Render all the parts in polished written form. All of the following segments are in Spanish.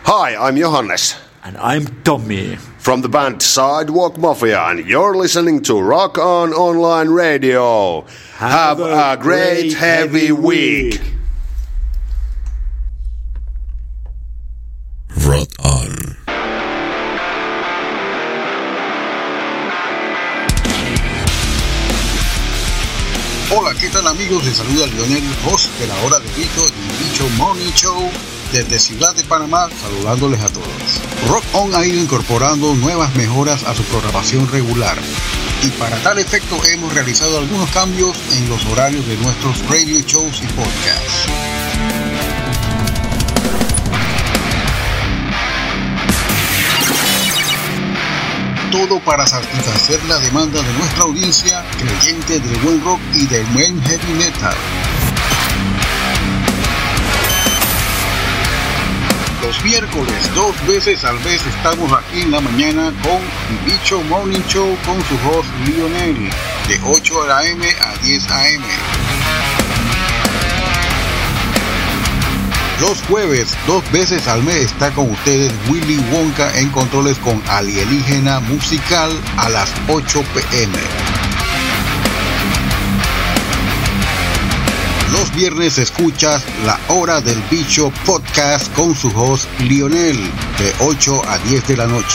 Hi, I'm Johannes. And I'm Tommy. From the band Sidewalk Mafia, and you're listening to Rock On Online Radio. Have a great heavy week. Rock On. Hola, ¿qué tal amigos? Les saluda Lionel, host de la Hora del Bicho, del Bicho Morning Show, desde Ciudad de Panamá, saludándoles a todos. Rock On ha ido incorporando nuevas mejoras a su programación regular, y para tal efecto hemos realizado algunos cambios en los horarios de nuestros radio shows y podcasts. Todo para satisfacer la demanda de nuestra audiencia creyente del buen rock y del buen heavy metal. Los miércoles, 2 veces al mes, estamos aquí en la mañana con el Bicho Morning Show con su host Lionel, de 8 a.m. a 10 a.m. Los jueves, 2 veces al mes, está con ustedes Willy Wonka en controles con Alienígena Musical a las 8 p.m. Los viernes escuchas La Hora del Bicho Podcast con su host Lionel, de 8 a 10 de la noche.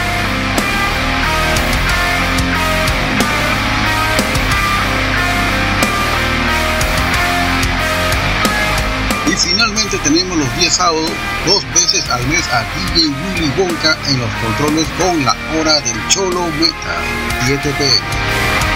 Y finalmente tenemos los días sábados, 2 veces al mes, a DJ Willy Wonka en los controles con La Hora del Cholo Metal, 7 p.m.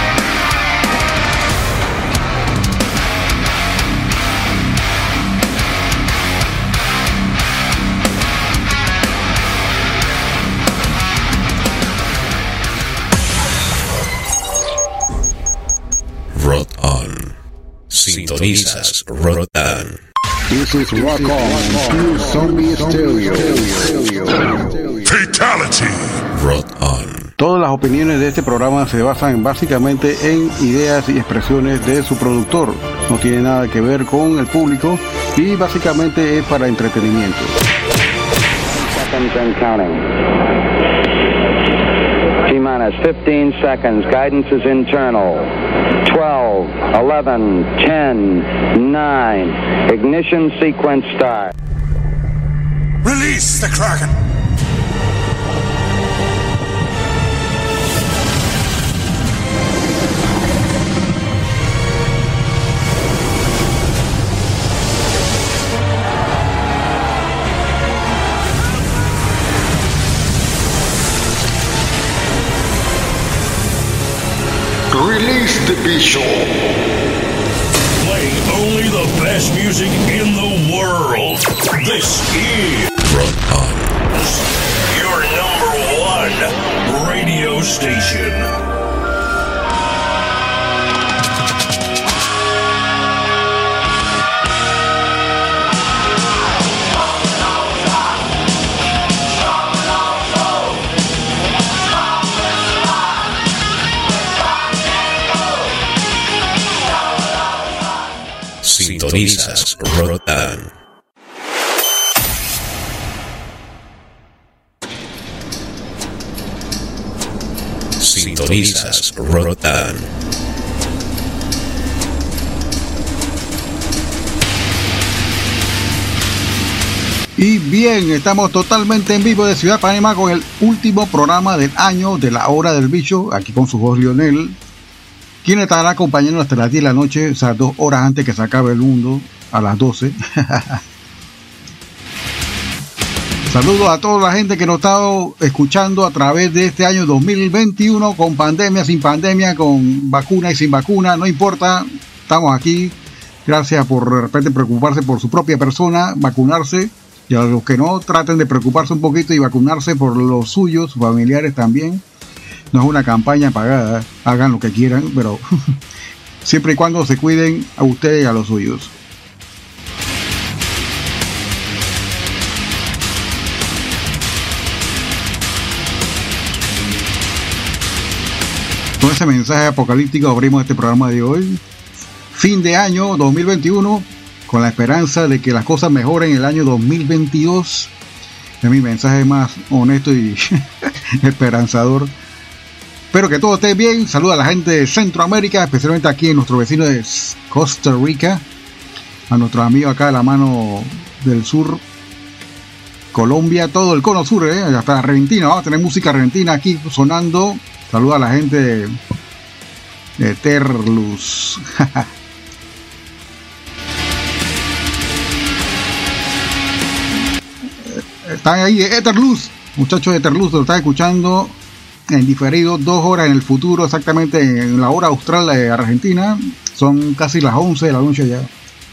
Rock On. Sintonizas Rock On. This is Rock On. Zombie Stereo. Fatality. Rock On. Todas las opiniones de este programa se basan básicamente en ideas y expresiones de su productor. No tiene nada que ver con el público y básicamente es para entretenimiento. Seconds and counting. T-minus 15 seconds. Guidance is internal. 12, 11, 10, 9. Ignition sequence start. Release the Kraken. Release the Bishop. Playing only the best music in the world. This is Rock On. your number 1 radio station. Sintonizas Rock On. Sintonizas Rock On. Y bien, estamos totalmente en vivo de Ciudad Panamá con el último programa del año de La Hora del Bicho, aquí con su host Lionel, quien estará acompañando hasta las 10 de la noche, o sea, 2 horas antes que se acabe el mundo, a las 12. Saludos a toda la gente que nos está escuchando a través de este año 2021, con pandemia, sin pandemia, con vacuna y sin vacuna, no importa, estamos aquí. Gracias por de repente preocuparse por su propia persona, vacunarse, y a los que no, traten de preocuparse un poquito y vacunarse por los suyos, sus familiares también. No es una campaña pagada, hagan lo que quieran, pero siempre y cuando se cuiden a ustedes y a los suyos. Con ese mensaje apocalíptico abrimos este programa de hoy. Fin de año 2021, con la esperanza de que las cosas mejoren en el año 2022. Es mi mensaje más honesto y esperanzador. Espero que todo esté bien. Saluda a la gente de Centroamérica, especialmente aquí en nuestro vecino de Costa Rica, a nuestros amigos acá de la mano del sur, Colombia, todo el cono sur, hasta Argentina. Vamos a tener música argentina aquí sonando. Saluda a la gente de Terlus. Están ahí, Etherluz, muchachos de Etherluz, lo están escuchando en diferido, 2 horas en el futuro, exactamente en la hora austral de Argentina. Son casi las 11 de la noche ya.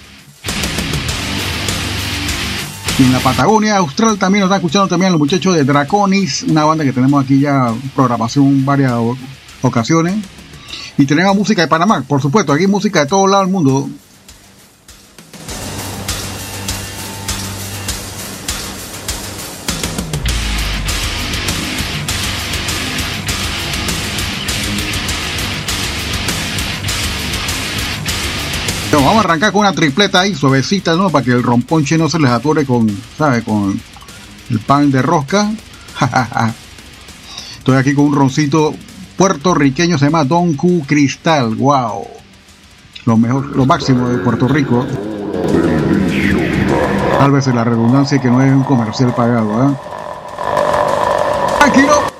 Y en la Patagonia Austral también nos están escuchando también los muchachos de Draconis, una banda que tenemos aquí ya programación en varias ocasiones. Y tenemos música de Panamá, por supuesto, aquí música de todo lado del mundo. Vamos a arrancar con una tripleta ahí, suavecita, ¿no? Para que el romponche no se les atore con, ¿sabes? Con el pan de rosca. Estoy aquí con un roncito puertorriqueño, se llama Don Q Cristal. Wow. Lo mejor, lo máximo de Puerto Rico. Tal vez en la redundancia que no es un comercial pagado, ¿eh? Tranquilo.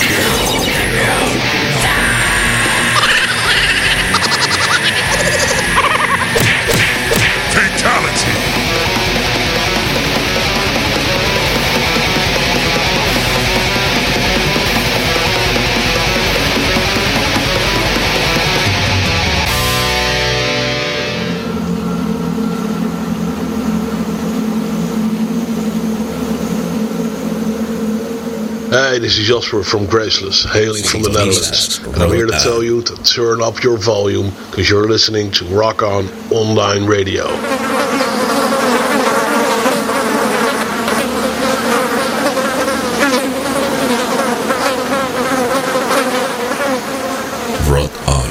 Hey, this is Jasper from Graceless, hailing from the Netherlands, and I'm here to tell you to turn up your volume, because you're listening to Rock On Online Radio. Rock On.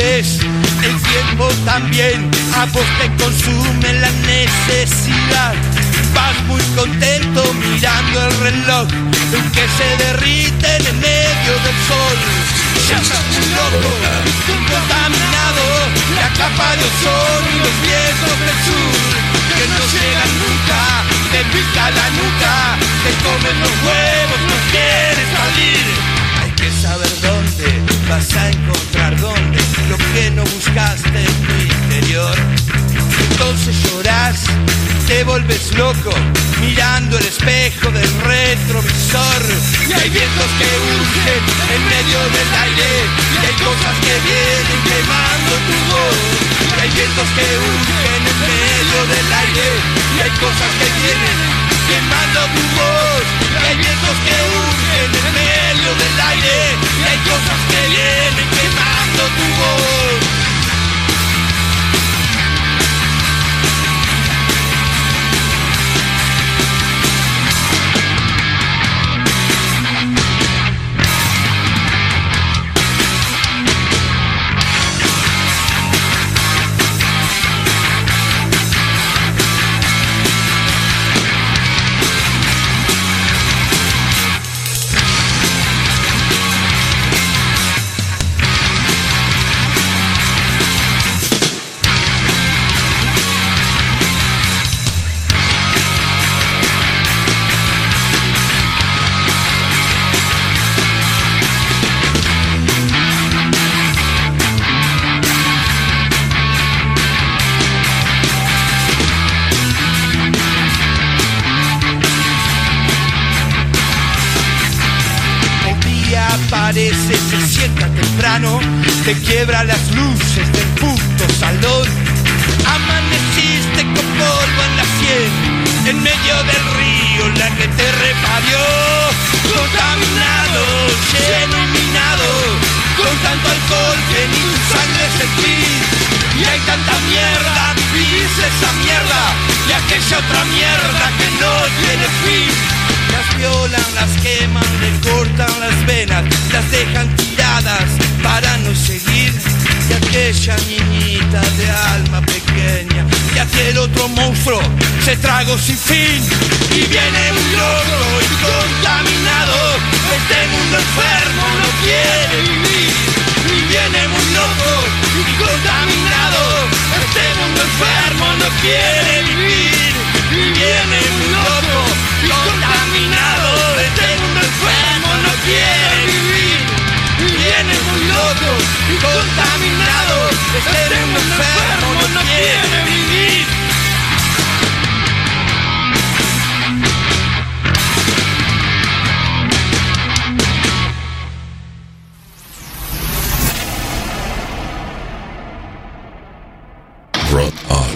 sabes, el tiempo también a vos te consume la necesidad. Vas muy contento mirando el reloj que se derrite en el medio del sol. Ya estás muy loco, contaminado, la capa de ozono y los vientos del sur que no llegan nunca, te pica la nuca, te comen los huevos, no quieres salir. Hay que saber dónde vas a encontrar dónde lo que no buscaste en tu interior. Entonces llorás, te volves loco mirando el espejo del retrovisor. Y hay vientos que urgen en medio del aire, y hay cosas que vienen quemando tu voz. Y hay vientos que urgen en medio del aire, y hay cosas que vienen quemando tu voz. Y hay vientos que urgen en medio del aire, y hay cosas que vienen quemando tu voz. Se sienta temprano, te quiebra las luces del puto salón. Amaneciste con polvo en la sien, en medio del río la que te reparió. Contaminado, lleno y minado, con tanto alcohol que ni tu sangre sentís. Y hay tanta mierda, vivís esa mierda y aquella otra mierda que no tiene fin. Las violan, las queman, le cortan las venas, las dejan tiradas para no seguir. Y aquella niñita de alma pequeña y aquel otro monstruo se tragó sin fin. Y viene un loco y contaminado, este mundo enfermo no quiere vivir. Y viene muy loco y contaminado, este mundo enfermo no quiere vivir. Y viene muy loco y contaminado, este mundo enfermo no quiere vivir. Y viene muy loco y contaminado, este mundo enfermo no quiere vivir. Rock on.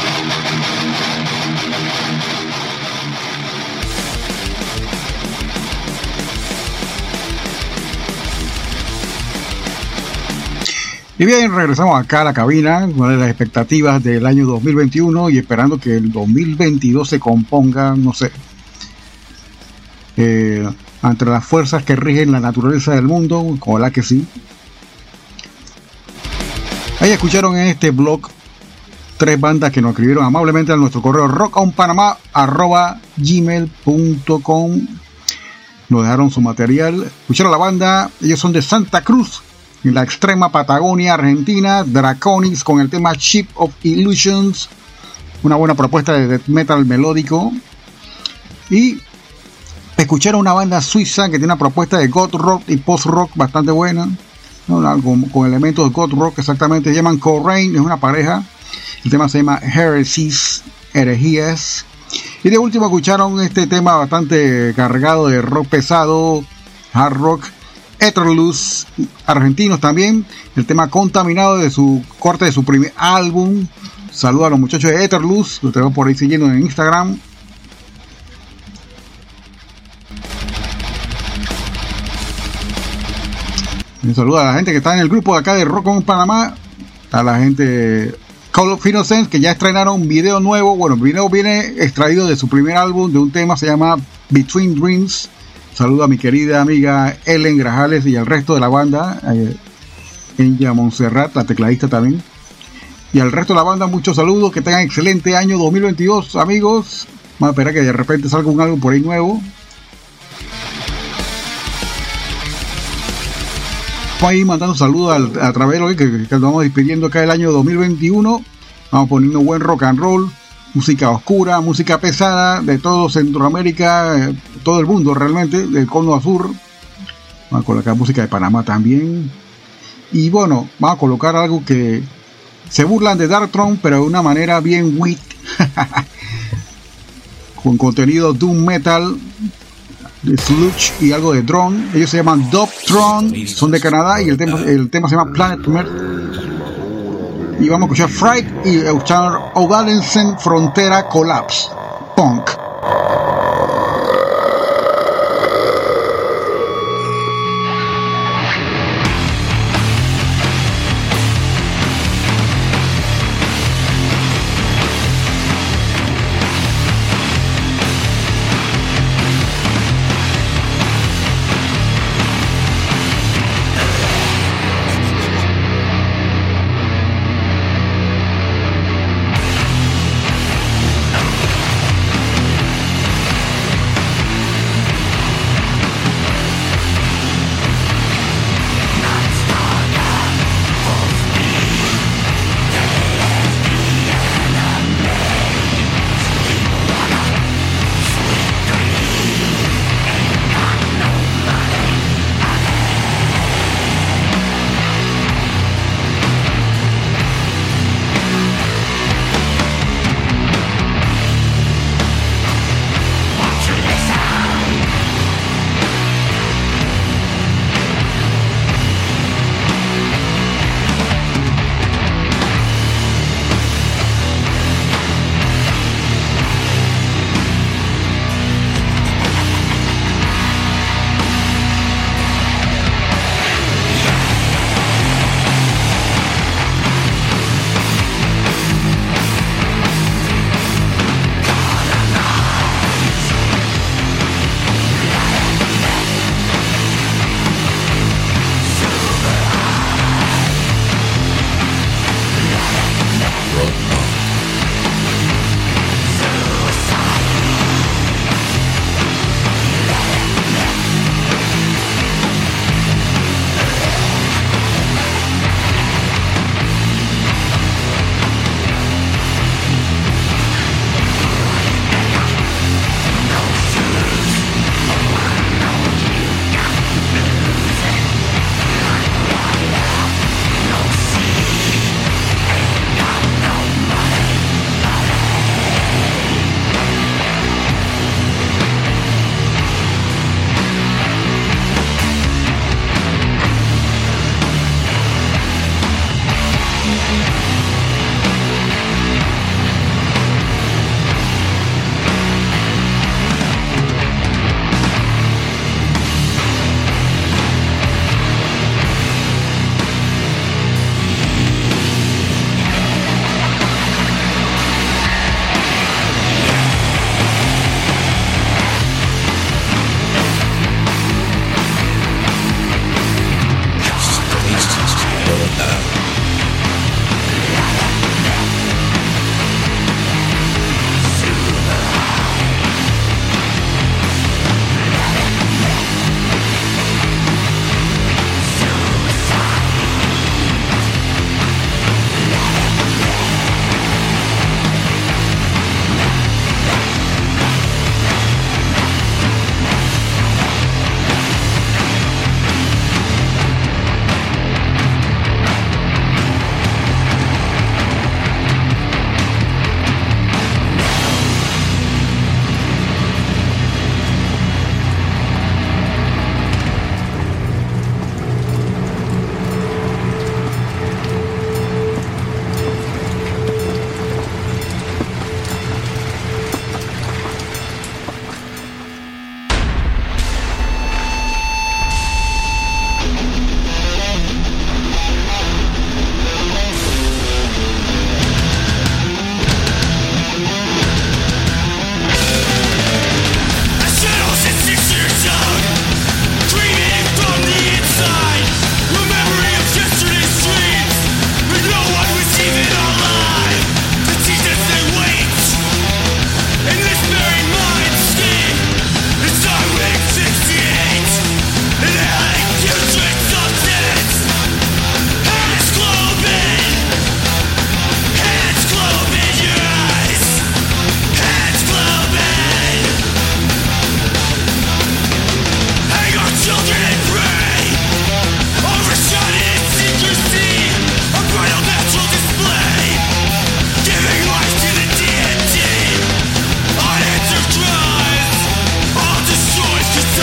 Y bien, regresamos acá a la cabina, una de las expectativas del año 2021 y esperando que el 2022 se componga, no sé, ante las fuerzas que rigen la naturaleza del mundo, ojalá que sí. Ahí escucharon en este blog 3 bandas que nos escribieron amablemente a nuestro correo rockonpanama@gmail.com. Nos dejaron su material. Escucharon la banda, ellos son de Santa Cruz, en la extrema Patagonia Argentina, Draconis con el tema Ship of Illusions, una buena propuesta de death metal melódico. Y escucharon una banda suiza que tiene una propuesta de goth rock y post rock bastante buena, ¿no? con elementos de goth rock exactamente. Se llaman Corraine, es una pareja. El tema se llama Herejías. Y de último escucharon este tema bastante cargado de rock pesado, hard rock, Etherluz, argentinos también, el tema Contaminado de su corte de su primer álbum. Saludos a los muchachos de Etherluz, los tengo por ahí siguiendo en Instagram. Un saludo a la gente que está en el grupo de acá de Rock on Panamá, a la gente Call of Innocence, que ya estrenaron un video nuevo. Bueno, el video viene extraído de su primer álbum, de un tema se llama Between Dreams. Saludo a mi querida amiga Ellen Grajales y al resto de la banda. Enya Montserrat, la tecladista también. Y al resto de la banda, muchos saludos, que tengan excelente año 2022, amigos. Vamos a esperar que de repente salga un álbum por ahí nuevo. Vamos a ir mandando saludos a través de lo que nos vamos despidiendo acá del año 2021. Vamos poniendo buen rock and roll, música oscura, música pesada de todo Centroamérica, todo el mundo realmente, del cono sur. Vamos a colocar música de Panamá también. Y bueno, vamos a colocar algo que se burlan de Darkthrone, pero de una manera bien wit, con contenido doom metal, de sludge y algo de drone. Ellos se llaman Dubthrone, son de Canadá, y el tema se llama Planet Earth. Y vamos a escuchar Fright y escuchar Ovalensen Frontera Collapse Punk.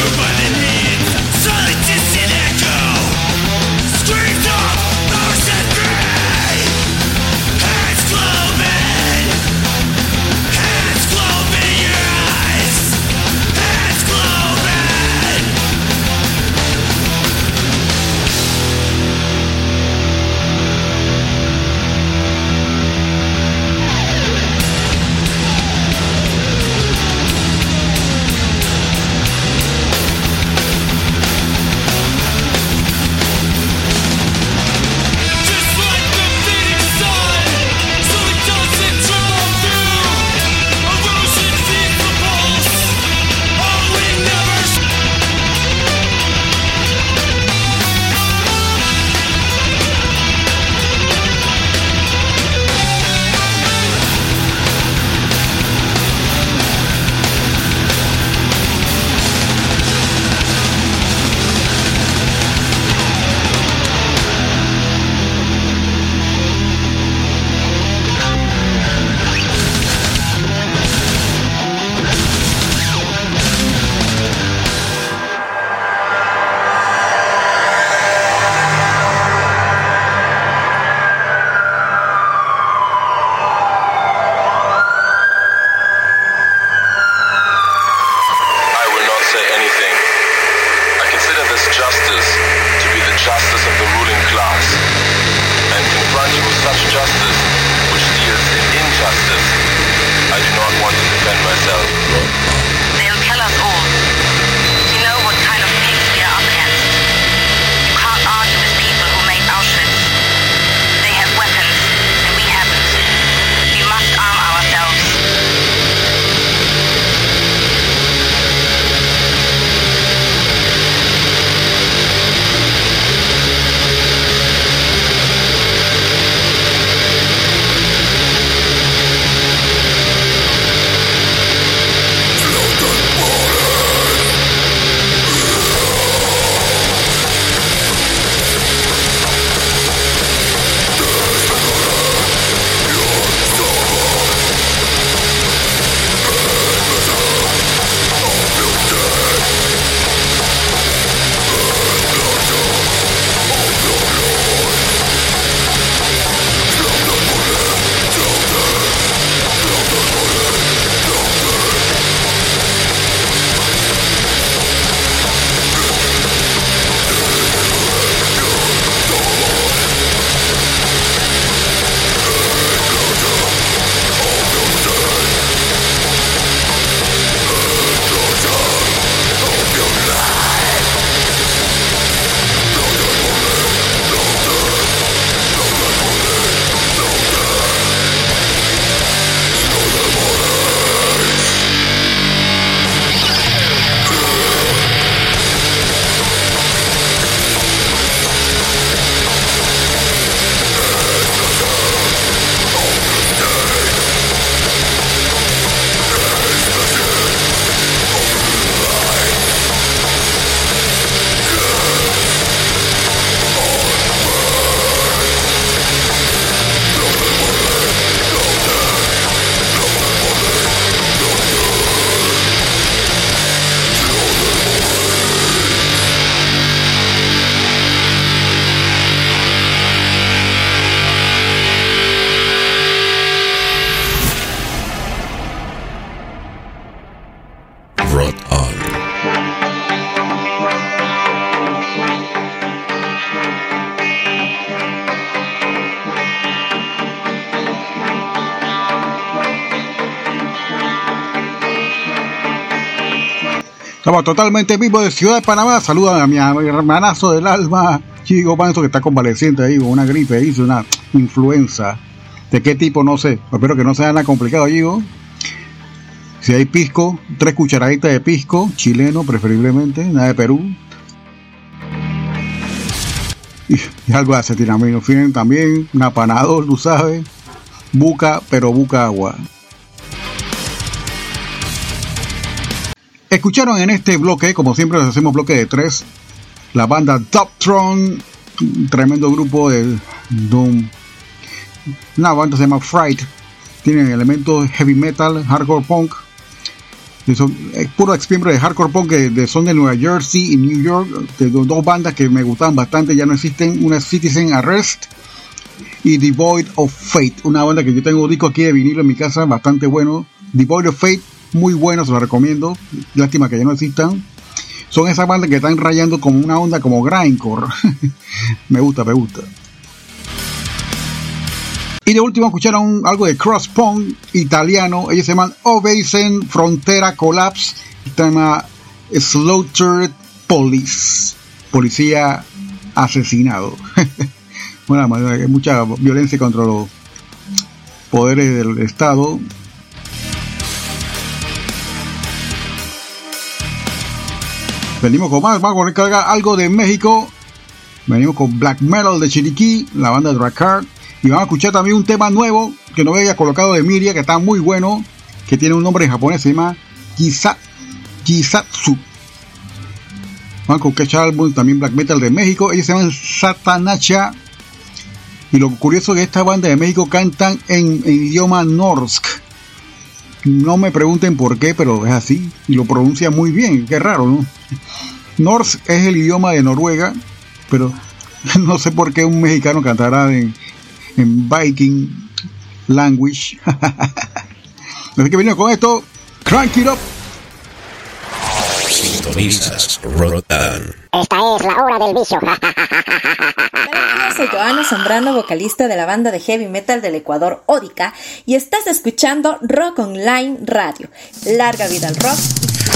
Estamos totalmente vivos de Ciudad de Panamá. Saludan a mi hermanazo del alma, Chico Manso, que está convaleciente ahí con una gripe, hizo una influenza. ¿De qué tipo? No sé. Espero que no sea nada complicado, Chico. Si hay pisco, 3 cucharaditas de pisco, chileno preferiblemente, nada de Perú. Y algo de acetaminofén también, un apanador, tú sabes. Buca, pero buca agua. Escucharon en este bloque, como siempre les hacemos bloque de 3, la banda Dubtron, un tremendo grupo de Doom. Una banda se llama Fright, tienen elementos heavy metal, hardcore punk. Es puro ex miembro de Hardcore Punk son de Nueva Jersey y New York, de dos bandas que me gustaban bastante, ya no existen. Una es Citizen Arrest y Devoid of Fate, una banda que yo tengo un disco aquí de vinilo en mi casa, bastante bueno. Devoid of Fate, muy bueno, se lo recomiendo, lástima que ya no existan. Son esas bandas que están rayando como una onda como grindcore. me gusta. Y de último escucharon algo de cross punk italiano. Ellos se llaman Obeisen Frontera Collapse. El tema Slaughtered Police, policía asesinado. Bueno, hay mucha violencia contra los poderes del Estado. Venimos con más, vamos a recargar algo de México. Venimos con Black Metal de Chiriquí, la banda de Drakar. Y vamos a escuchar también un tema nuevo que no había colocado de Miria, que está muy bueno, que tiene un nombre en japonés, se llama Kisatsu. Vamos a escuchar álbum también Black Metal de México. Ellos se llaman Satanacha. Y lo curioso es que esta banda de México cantan en idioma norsk. No me pregunten por qué, pero es así. Y lo pronuncia muy bien. Qué raro, ¿no? Norsk es el idioma de Noruega, pero no sé por qué un mexicano cantará en Viking language. Así que venimos con esto. Crank it up. Sintonizas Rock On. Esta es la hora del vicio. Soy Joana Zambrano, vocalista de la banda de heavy metal del Ecuador, Ódica, y estás escuchando Rock Online Radio. Larga vida al rock.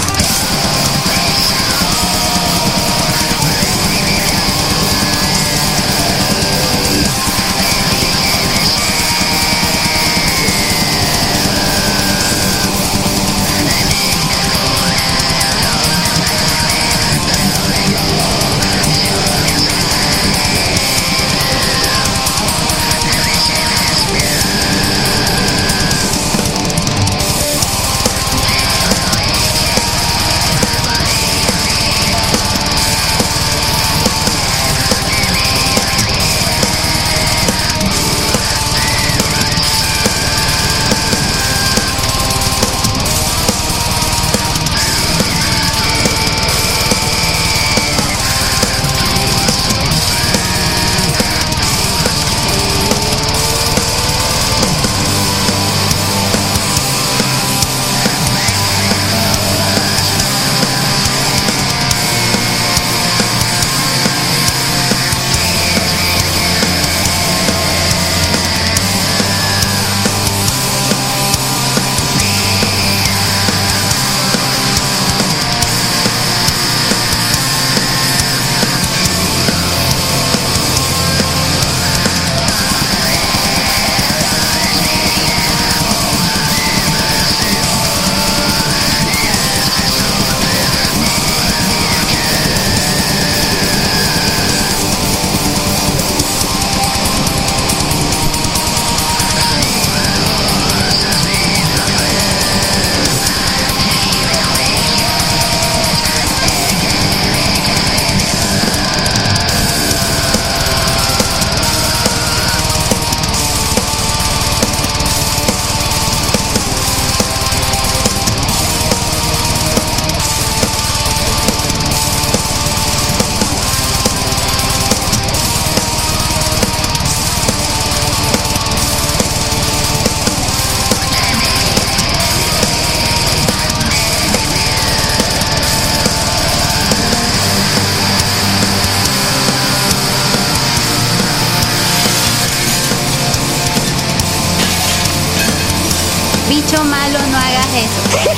Bicho malo, no hagas eso.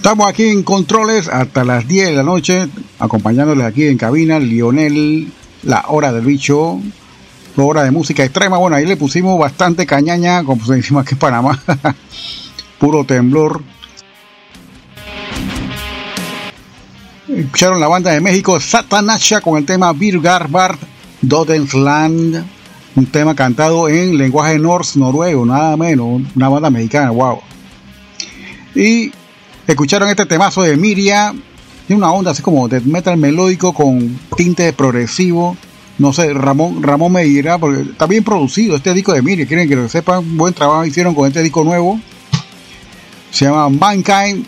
Estamos aquí en Controles hasta las 10 de la noche, acompañándoles aquí en cabina, Lionel, la hora del bicho, hora de música extrema. Bueno, ahí le pusimos bastante cañaña, como se decimos aquí en Panamá, puro temblor. Escucharon la banda de México, Satanasha, con el tema Virgarbard Dodensland, un tema cantado en lenguaje norse, noruego, nada menos, una banda mexicana, wow. Y escucharon este temazo de Miria, tiene una onda así como death metal melódico con tinte progresivo. No sé, Ramón me dirá, porque está bien producido este disco de Miria. Quieren que lo sepan, buen trabajo hicieron con este disco nuevo. Se llama Mankind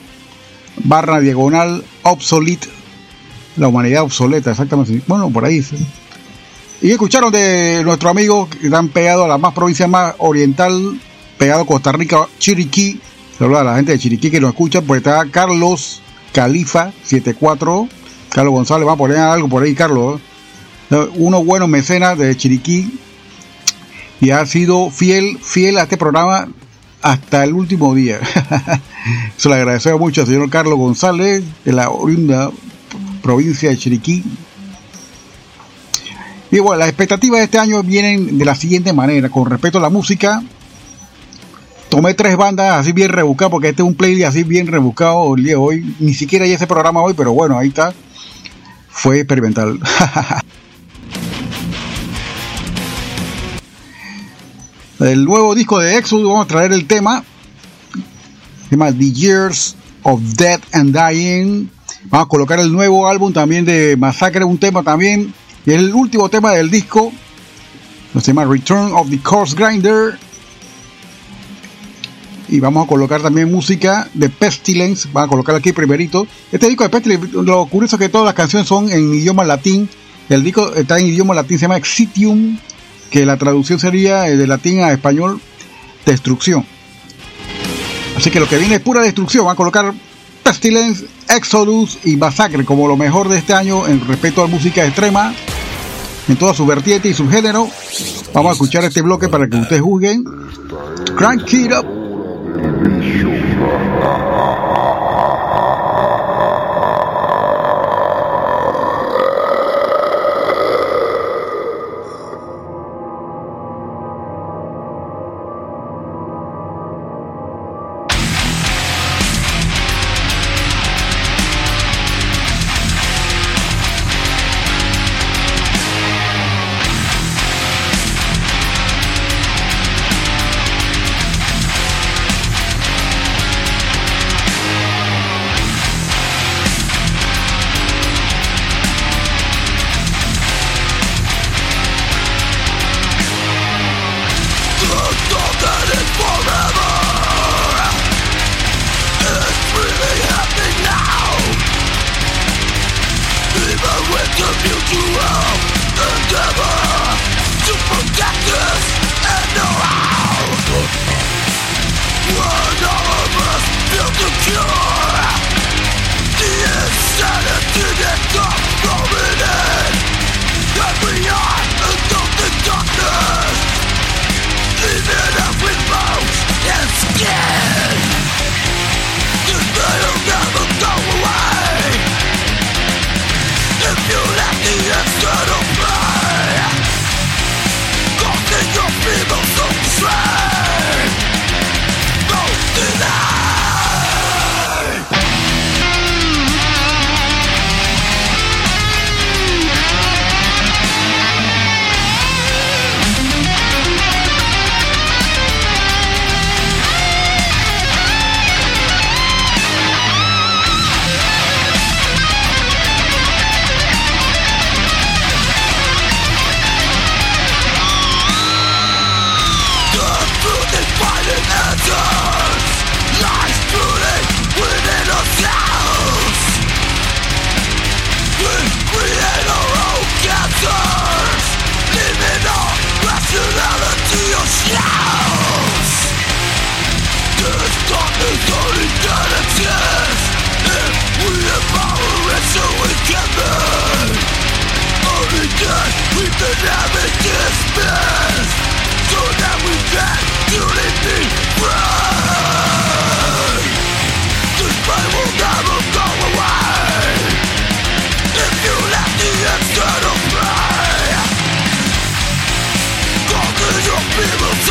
/ Obsolete, la humanidad obsoleta, exactamente. Bueno, por ahí. ¿Sí? Y escucharon de nuestro amigo que están pegados a la más provincia más oriental, pegado a Costa Rica, Chiriquí. Saludos a la gente de Chiriquí que nos escucha, pues está Carlos Califa 74, Carlos González, va a poner algo por ahí, Carlos, unos buenos mecenas de Chiriquí, y ha sido fiel a este programa hasta el último día. Se le agradecemos mucho al señor Carlos González de la oriunda provincia de Chiriquí. Y bueno, las expectativas de este año vienen de la siguiente manera. Con respecto a la música, tomé 3 bandas así bien rebuscadas, porque este es un playlist así bien rebuscado el día de hoy. Ni siquiera hay ese programa hoy, pero bueno, ahí está. Fue experimental. El nuevo disco de Exodus, vamos a traer el tema. Se llama The Years of Death and Dying. Vamos a colocar el nuevo álbum también de Massacre, un tema también. Y el último tema del disco se llama Return of the Corpse Grinder. Y vamos a colocar también música de Pestilence. Vamos a colocar aquí primerito. Este disco de Pestilence, lo curioso es que todas las canciones son en idioma latín. El disco está en idioma latín, se llama Exitium, que la traducción sería de latín a español, destrucción. Así que lo que viene es pura destrucción. Vamos a colocar Pestilence, Exodus y Massacre como lo mejor de este año en respecto a la música extrema, en toda su vertiente y su género. Vamos a escuchar este bloque para que ustedes juzguen. Crank it up.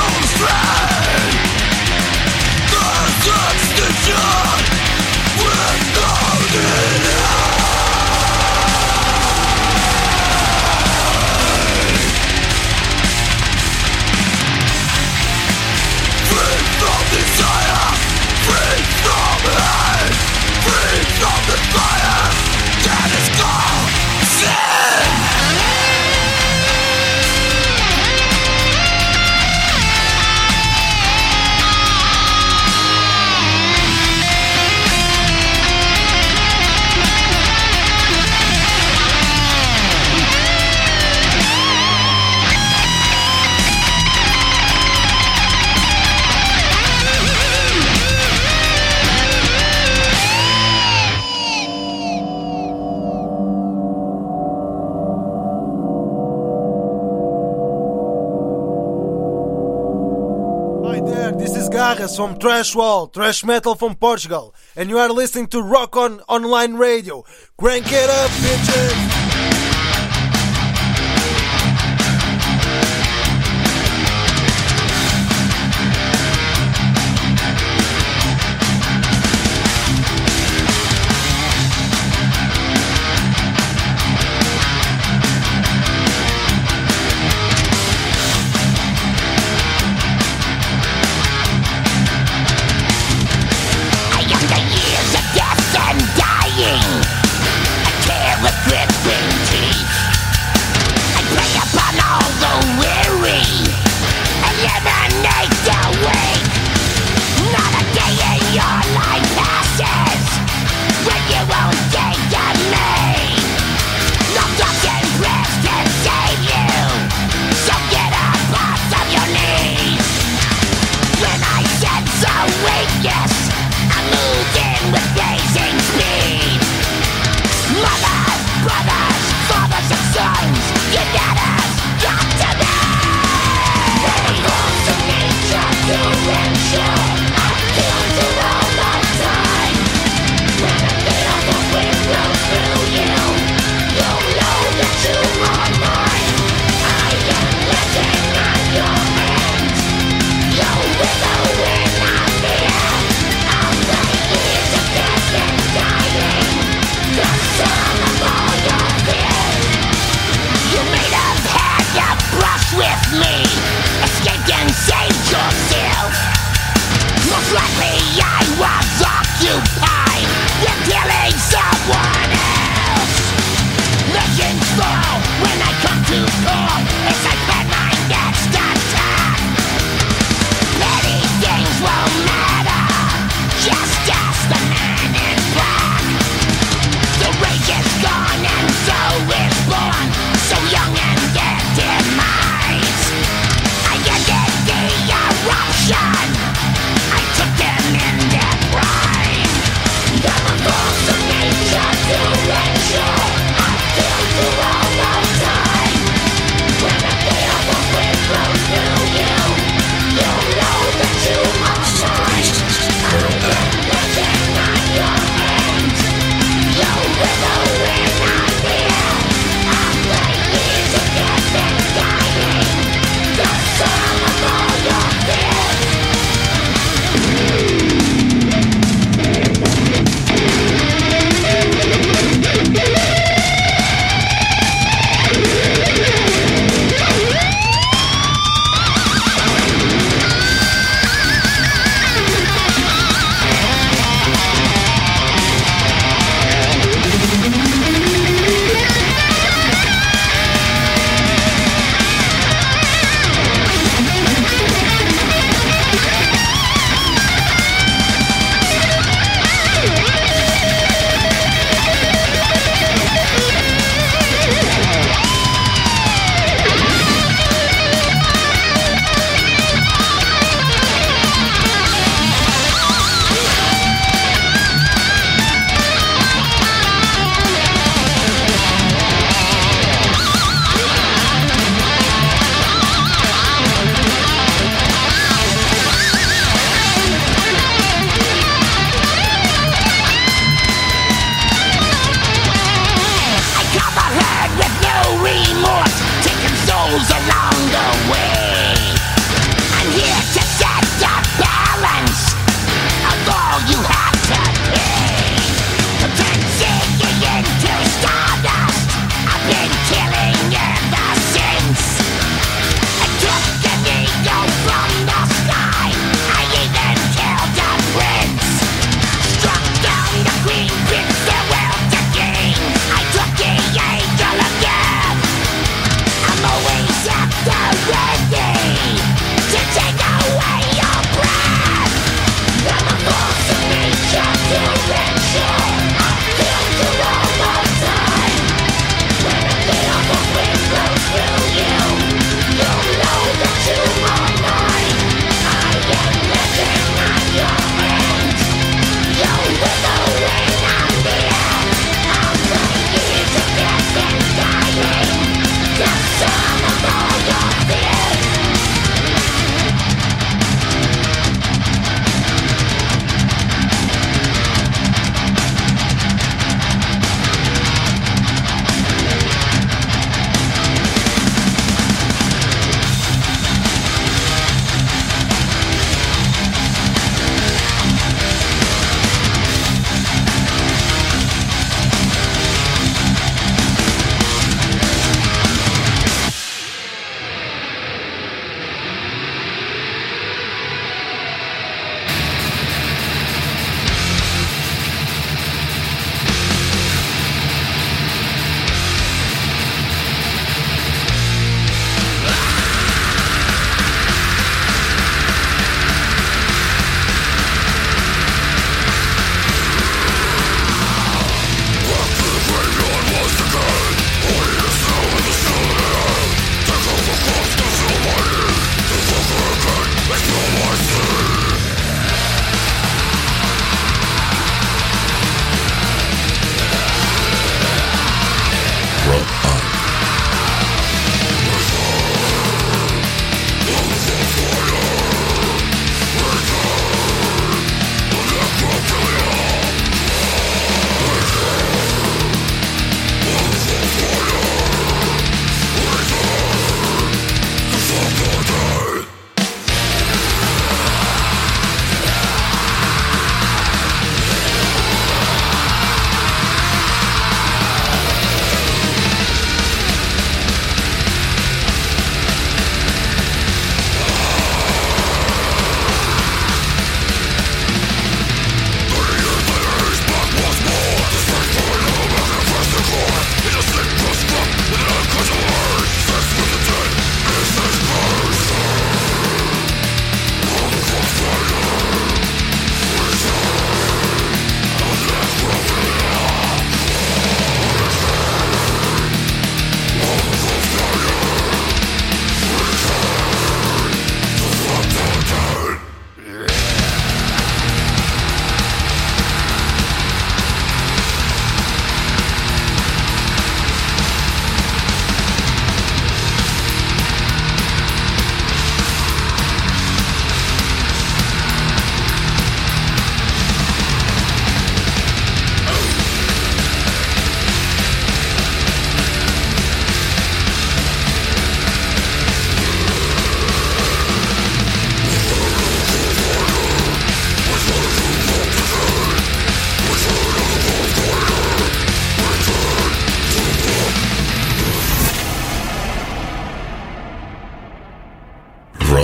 From Thrash Wall, thrash metal from Portugal, and you are listening to Rock On Online Radio. Crank it up, bitches! I took them in their prime.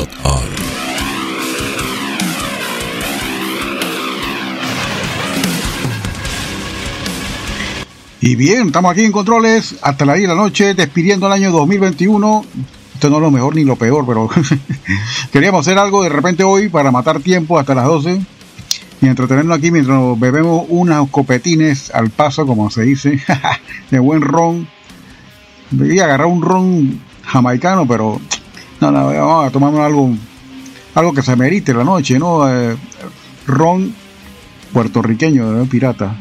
Rock On. Y bien, estamos aquí en controles hasta las 10 de la noche, despidiendo el año 2021. Esto no es lo mejor ni lo peor, pero queríamos hacer algo de repente hoy para matar tiempo hasta las 12 y entretenernos aquí mientras nos bebemos unos copetines al paso, como se dice, de buen ron. Voy a agarrar un ron jamaicano, pero no, vamos a tomarnos algo que se merite la noche, ¿no? Ron puertorriqueño, ¿no? Pirata.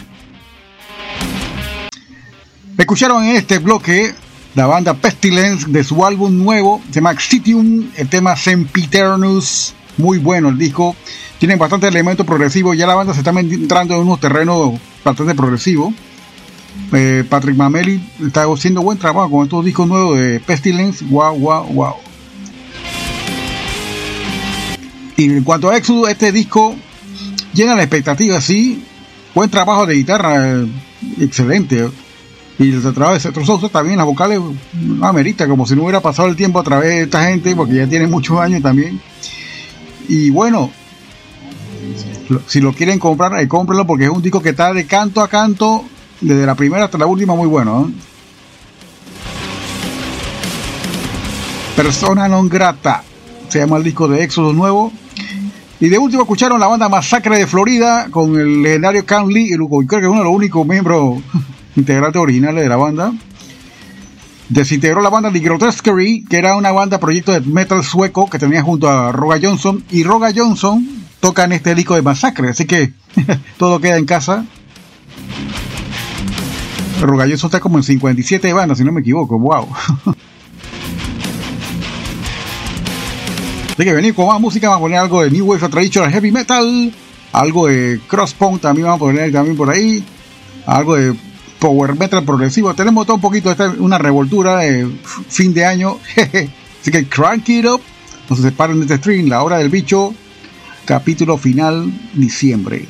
Escucharon en este bloque la banda Pestilence de su álbum nuevo, se llama Xitium, el tema Sempiternus, muy bueno el disco, tiene bastante elementos progresivos, ya la banda se está entrando en unos terrenos bastante progresivos. Patrick Mameli está haciendo buen trabajo con estos discos nuevos de Pestilence, wow. Y en cuanto a Exodus, este disco llena la expectativa, sí, buen trabajo de guitarra, excelente. Y el trabajo de Cetro Sousa también, las vocales, no amerita, como si no hubiera pasado el tiempo a través de esta gente, porque ya tiene muchos años también. Y bueno, si lo quieren comprar, cómprenlo, porque es un disco que está de canto a canto, desde la primera hasta la última, muy bueno, ¿eh? Persona non grata, se llama el disco de Éxodo nuevo. Y de último escucharon la banda Masacre de Florida, con el legendario Cam Lee, creo que es uno de los únicos miembros integrantes originales de la banda. Desintegró la banda de Grotesquerie, que era una banda proyecto de metal sueco que tenía junto a Roga Johnson, y Roga Johnson toca en este disco de Masacre, así que todo queda en casa. Roga Johnson está como en 57 bandas, si no me equivoco, wow. Así que venir con más música, vamos a poner algo de New Wave Traditional Heavy Metal, algo de Crosspunk también vamos a poner también por ahí, algo de Power Metal progresivo, tenemos todo un poquito, una revoltura de fin de año, así que crank it up, no se separen de este stream, La Hora del Bicho, capítulo final, diciembre.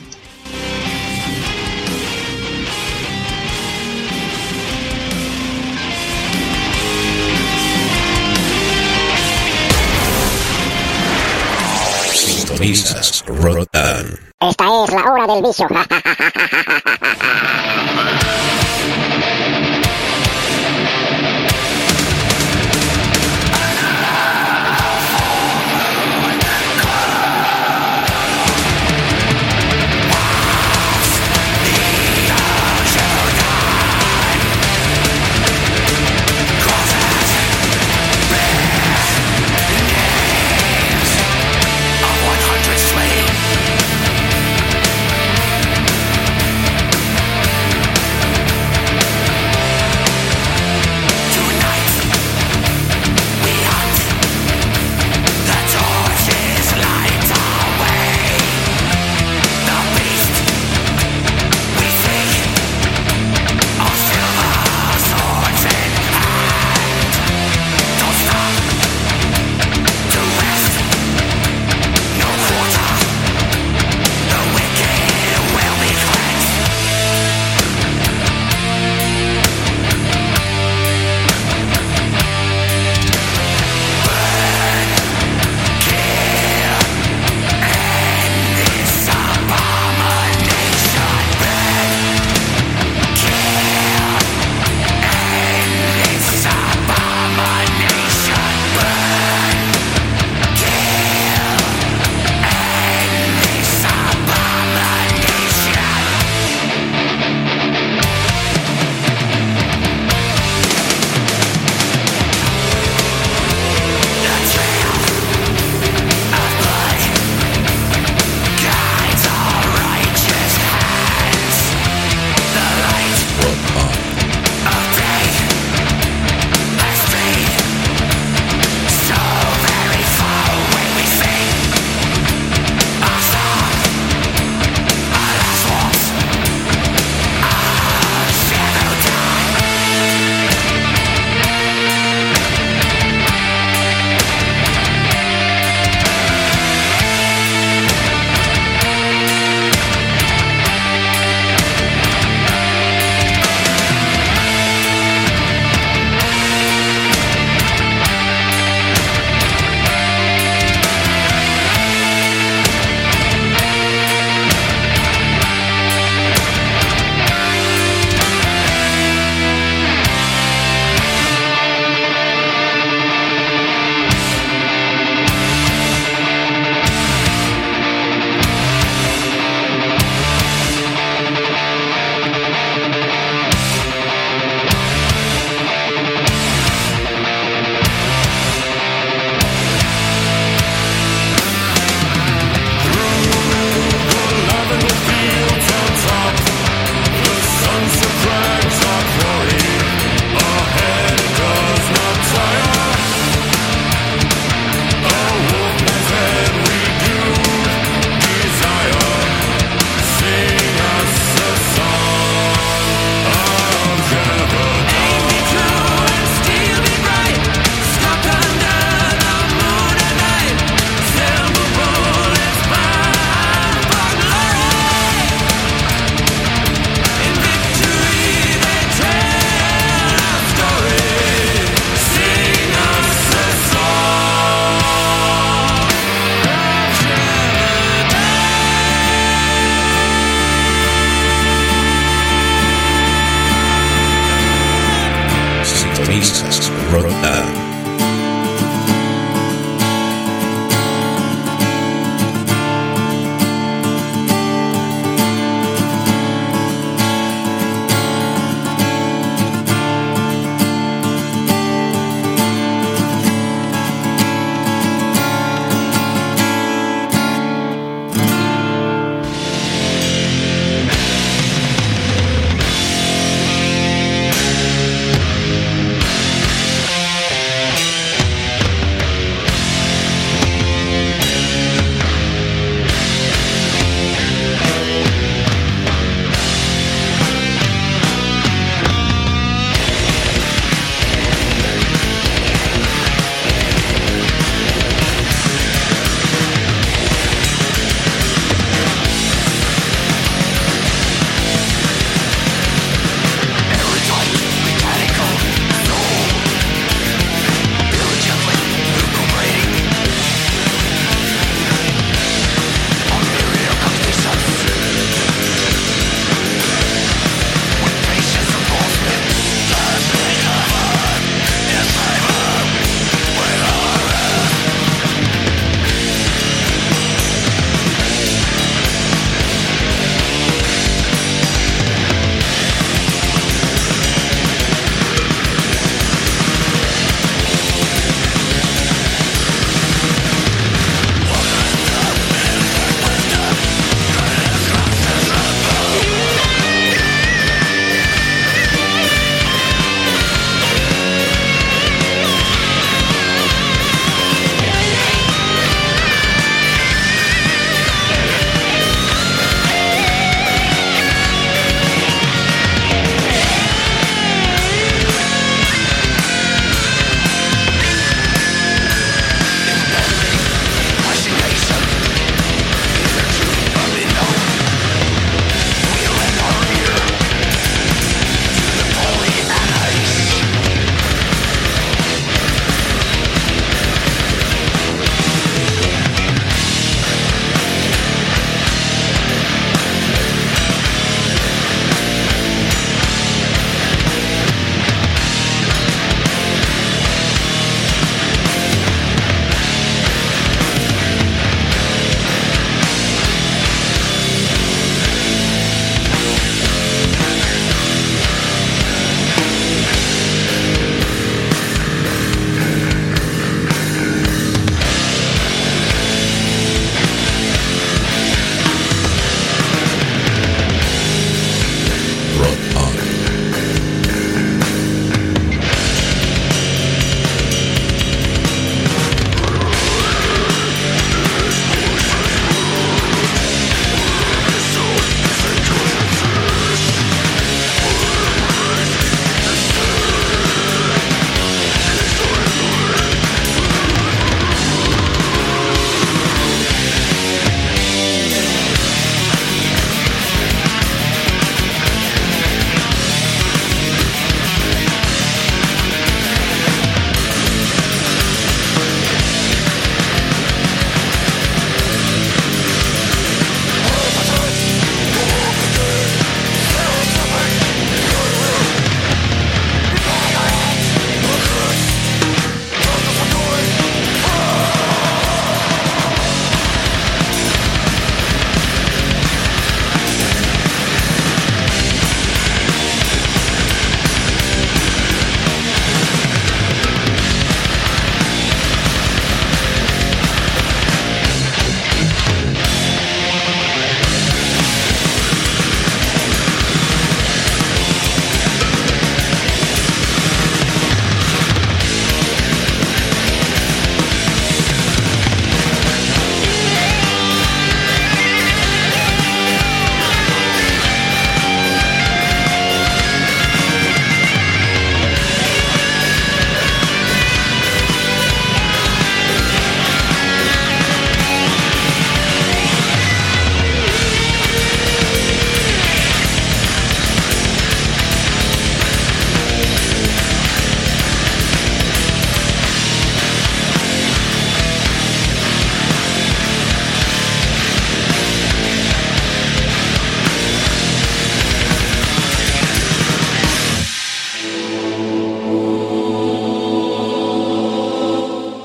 Sintonizas Rock On. Esta es la hora del vicio.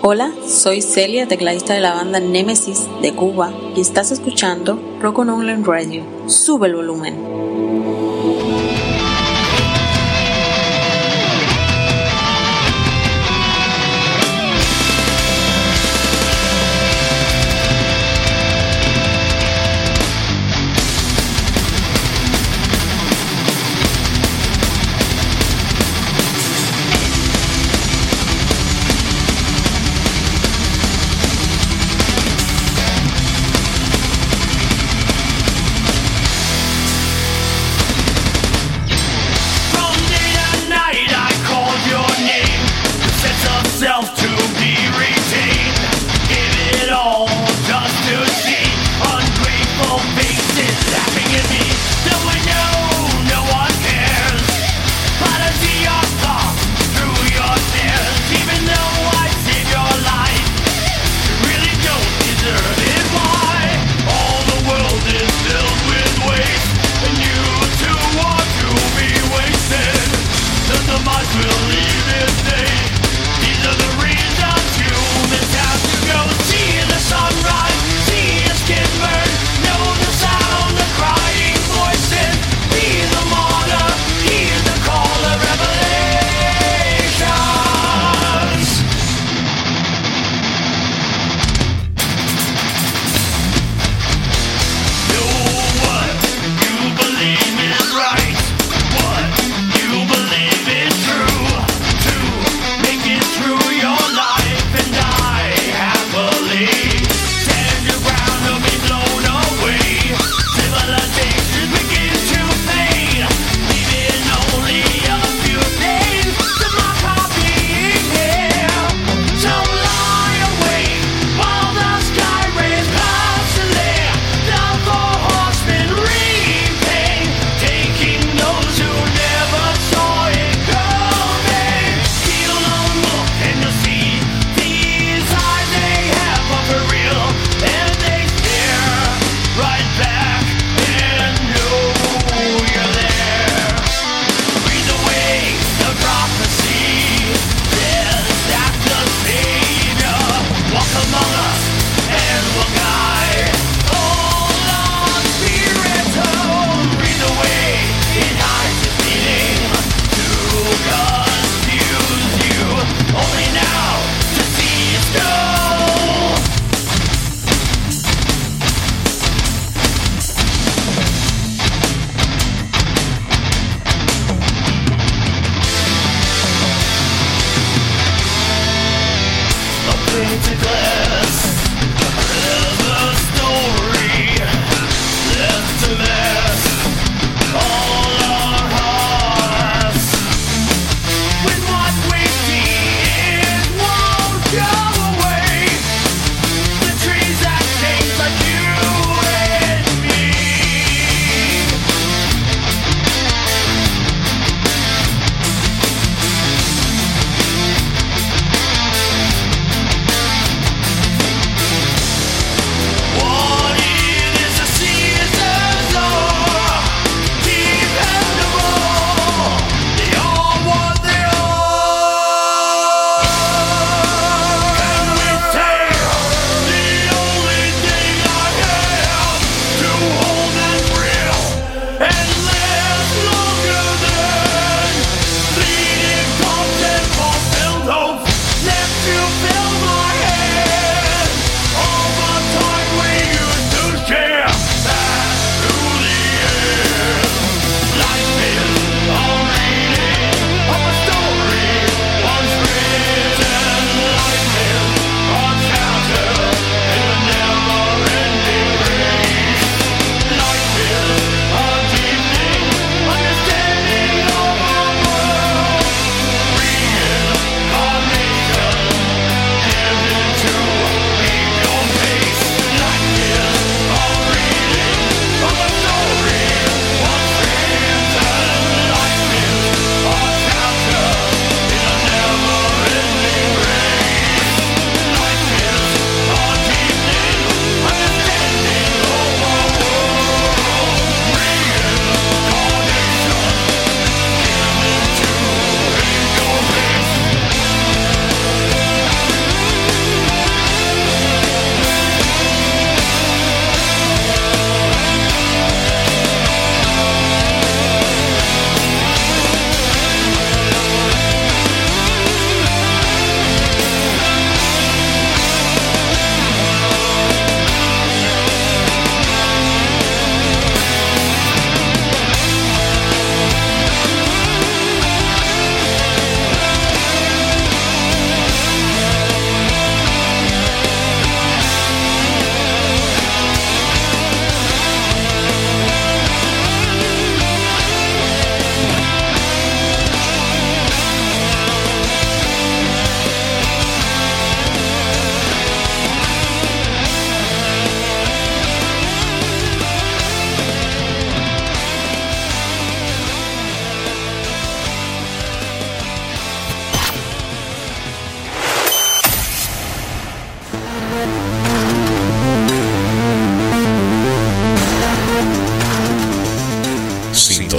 Hola, soy Celia, tecladista de la banda Nemesis de Cuba, y estás escuchando Rock on Online Radio. Sube el volumen.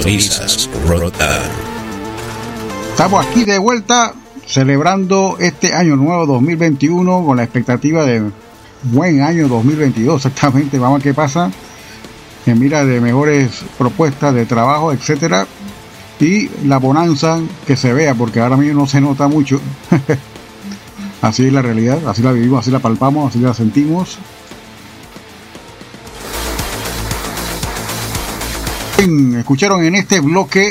Sintonizas Rock On. Estamos aquí de vuelta celebrando este año nuevo 2021 con la expectativa de buen año 2022. Exactamente, vamos a ver qué pasa en mira de mejores propuestas de trabajo, etcétera, y la bonanza que se vea, porque ahora mismo no se nota mucho. Así es la realidad, así la vivimos, así la palpamos, así la sentimos. Escucharon en este bloque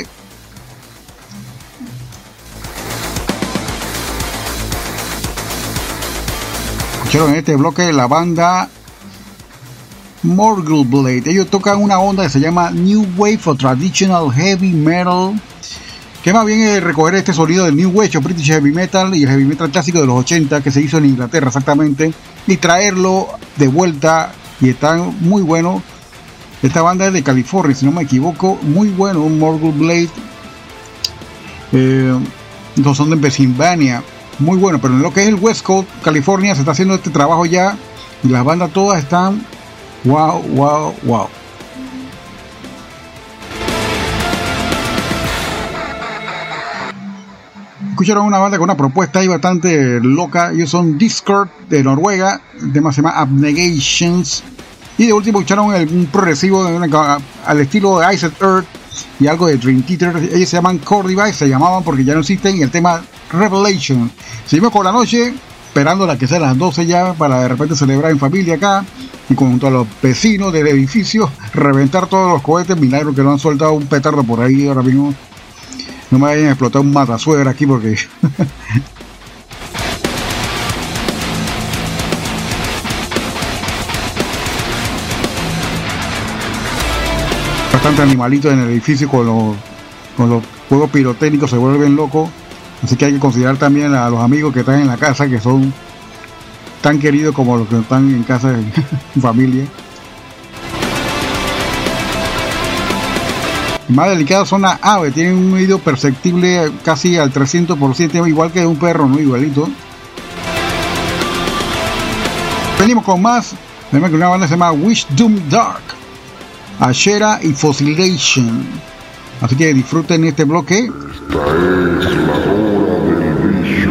la banda Morgul Blade. Ellos tocan una onda que se llama New Wave o Traditional Heavy Metal, que más bien es recoger este sonido del New Wave o British Heavy Metal y el Heavy Metal clásico de los 80 que se hizo en Inglaterra exactamente, y traerlo de vuelta, y están muy bueno. Esta banda es de California, si no me equivoco, muy bueno, un Morgul Blade. Dos son de Pennsylvania, muy bueno, pero en lo que es el West Coast, California, se está haciendo este trabajo ya, y las bandas todas están wow. Escucharon una banda con una propuesta ahí bastante loca. Ellos son Discord de Noruega, el tema se llama Abnegations. Y de último escucharon un progresivo al estilo de Iced Earth y algo de Dream Theater. Ellos se llaman Core Device, se llamaban porque ya no existen, y el tema Revelation. Seguimos con la noche, esperando a que sean las 12 ya, para de repente celebrar en familia acá, y junto a los vecinos del edificio, reventar todos los cohetes. Milagro que no han soltado un petardo por ahí ahora mismo. No me vayan a explotar un matasuegra aquí porque... bastante animalitos en el edificio con los juegos pirotécnicos, se vuelven locos. Así que hay que considerar también a los amigos que están en la casa, que son tan queridos como los que están en casa en familia. Más delicadas son las aves, tienen un oído perceptible casi al 300%, igual que un perro, ¿no? Igualito. Venimos con más. Tenemos que una banda se llama Wish Doom Dark, Ashera y Fossilization. Así que disfruten este bloque. Esta es la hora del bicho.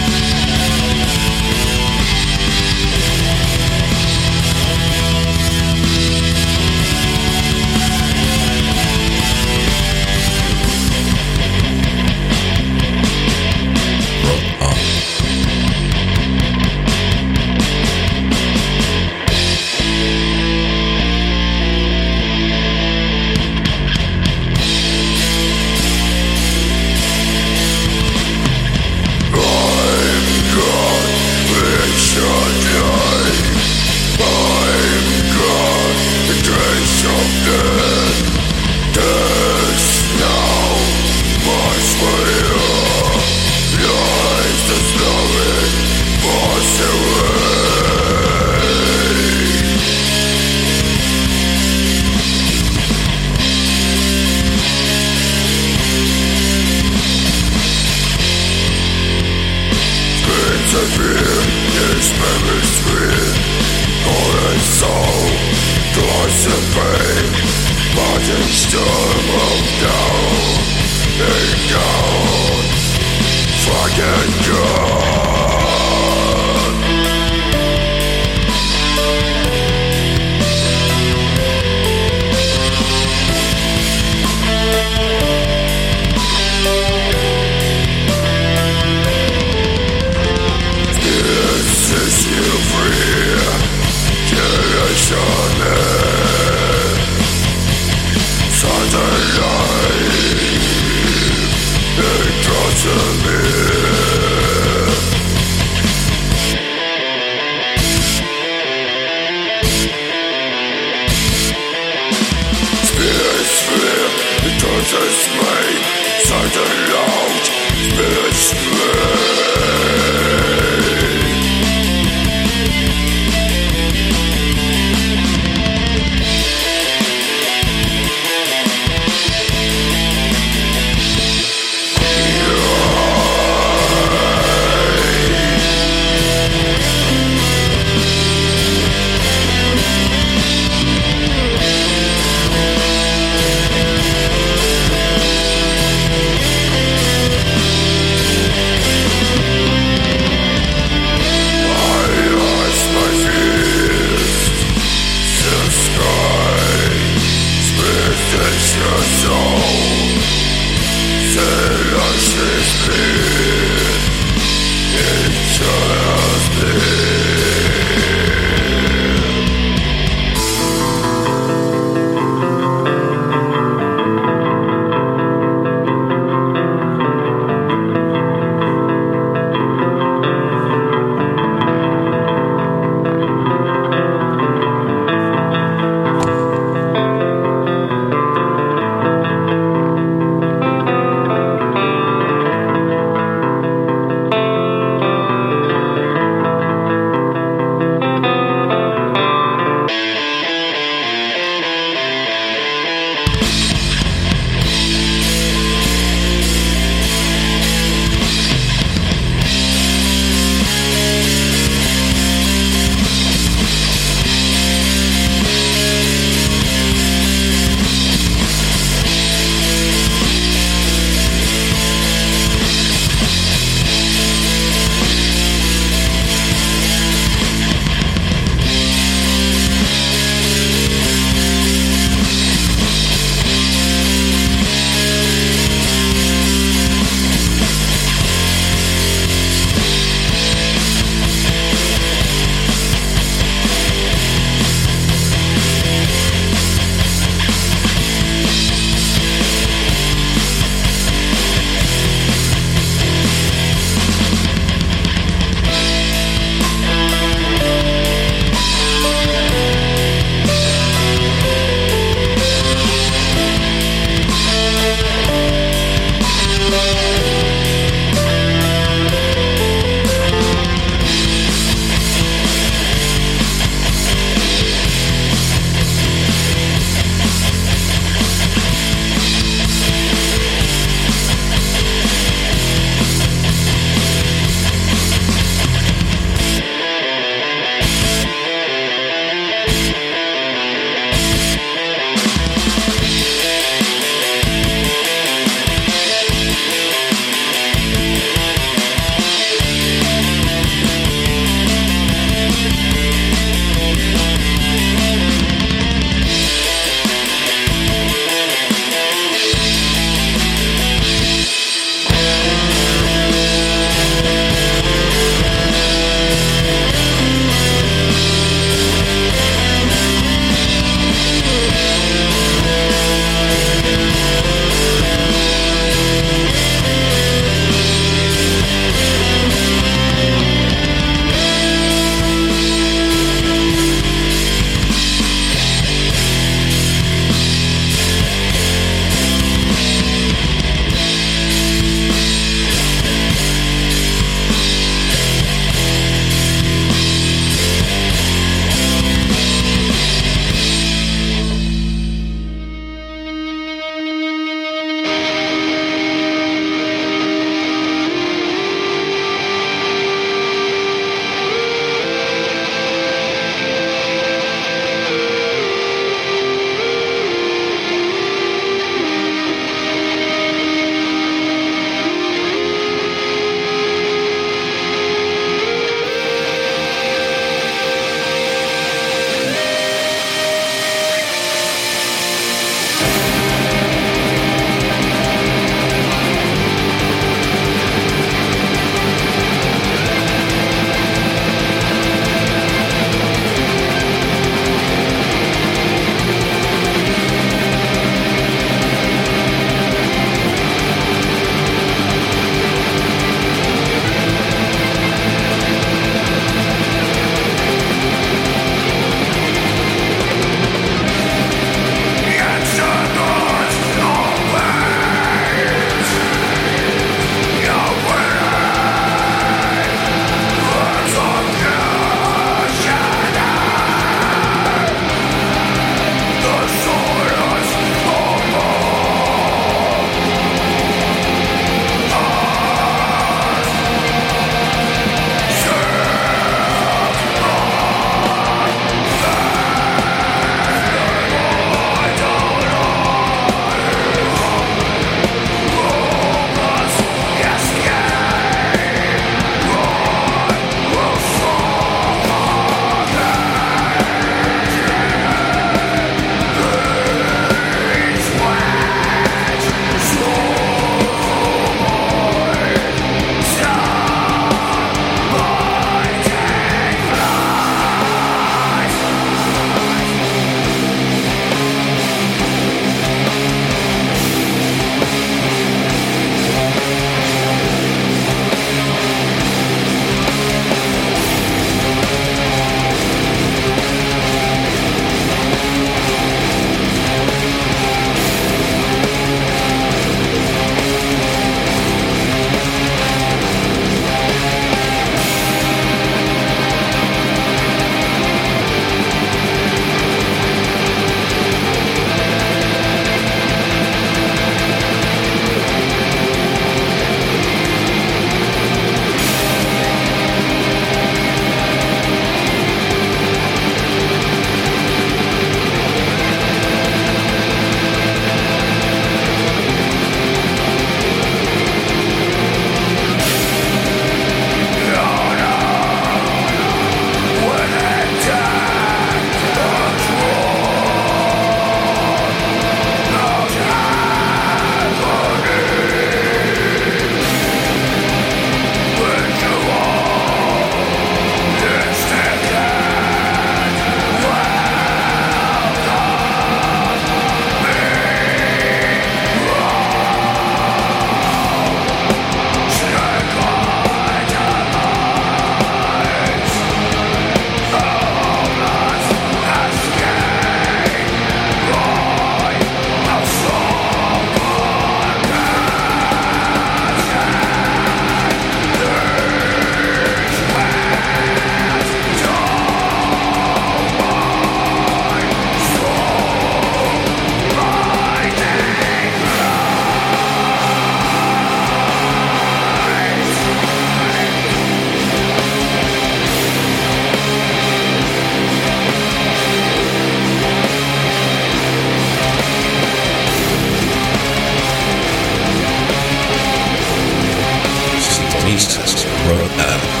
East Road Out.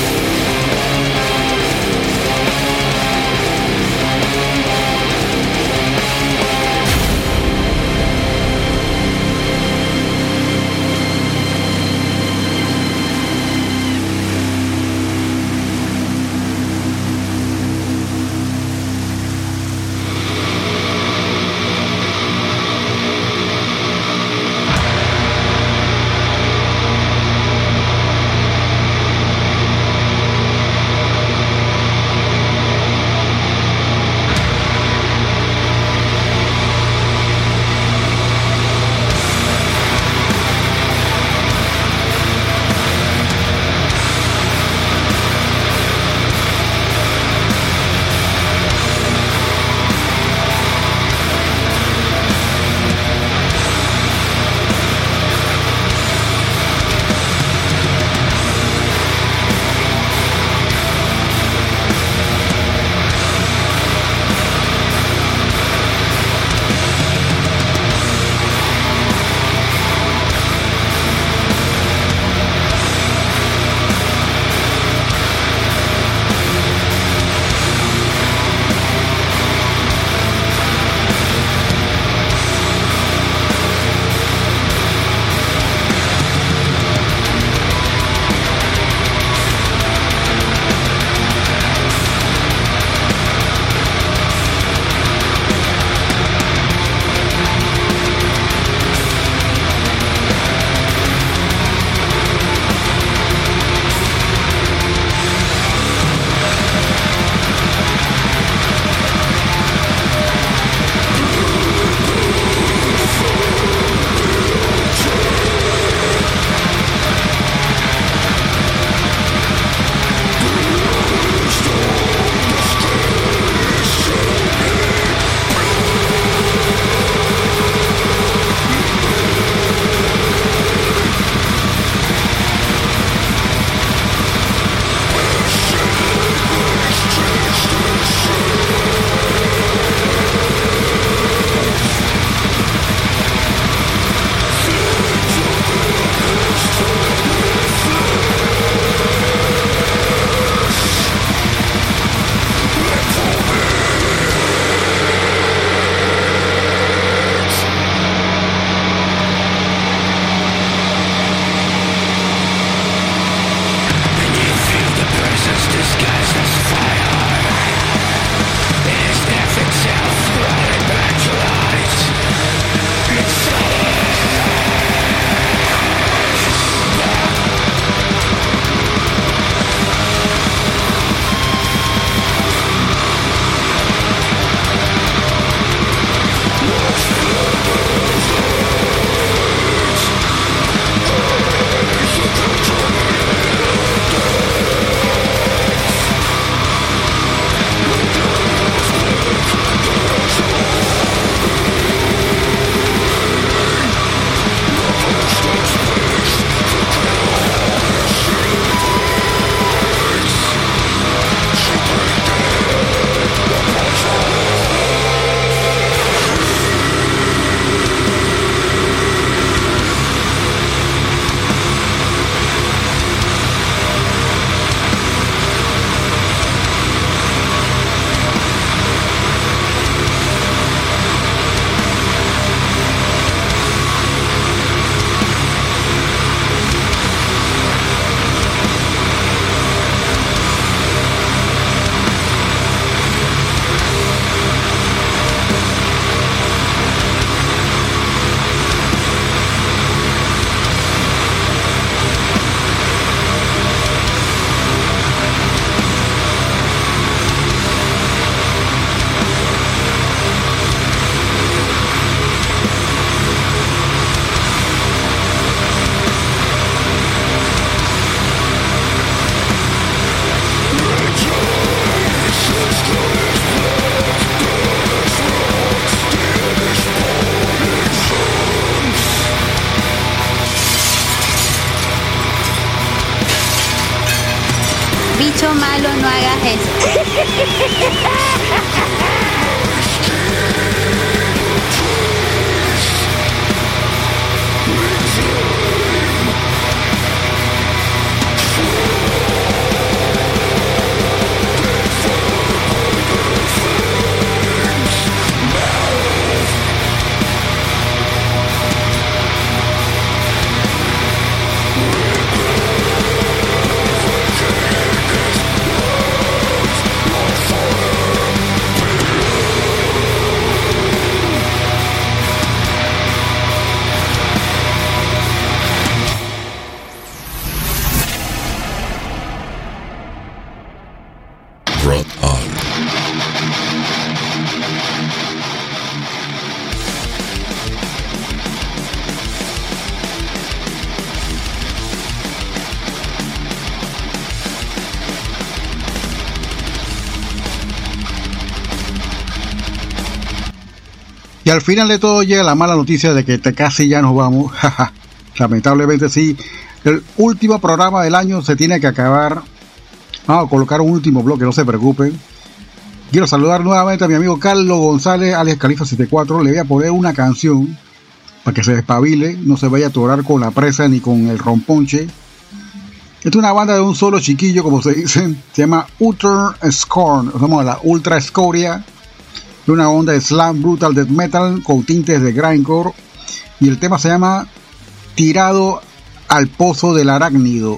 Bicho malo, no hagas eso. Y al final de todo llega la mala noticia de que casi ya nos vamos. Lamentablemente sí. El último programa del año se tiene que acabar. Vamos a colocar un último bloque, no se preocupen. Quiero saludar nuevamente a mi amigo Carlos González, alias Califa74. Le voy a poner una canción para que se despabile, no se vaya a atorar con la presa ni con el romponche. Esta es una banda de un solo chiquillo, como se dice. Se llama Ultra Scorn, o sea, la Ultra Escoria. De una onda de slam brutal death metal con tintes de grindcore. Y el tema se llama Tirado al Pozo del Arácnido.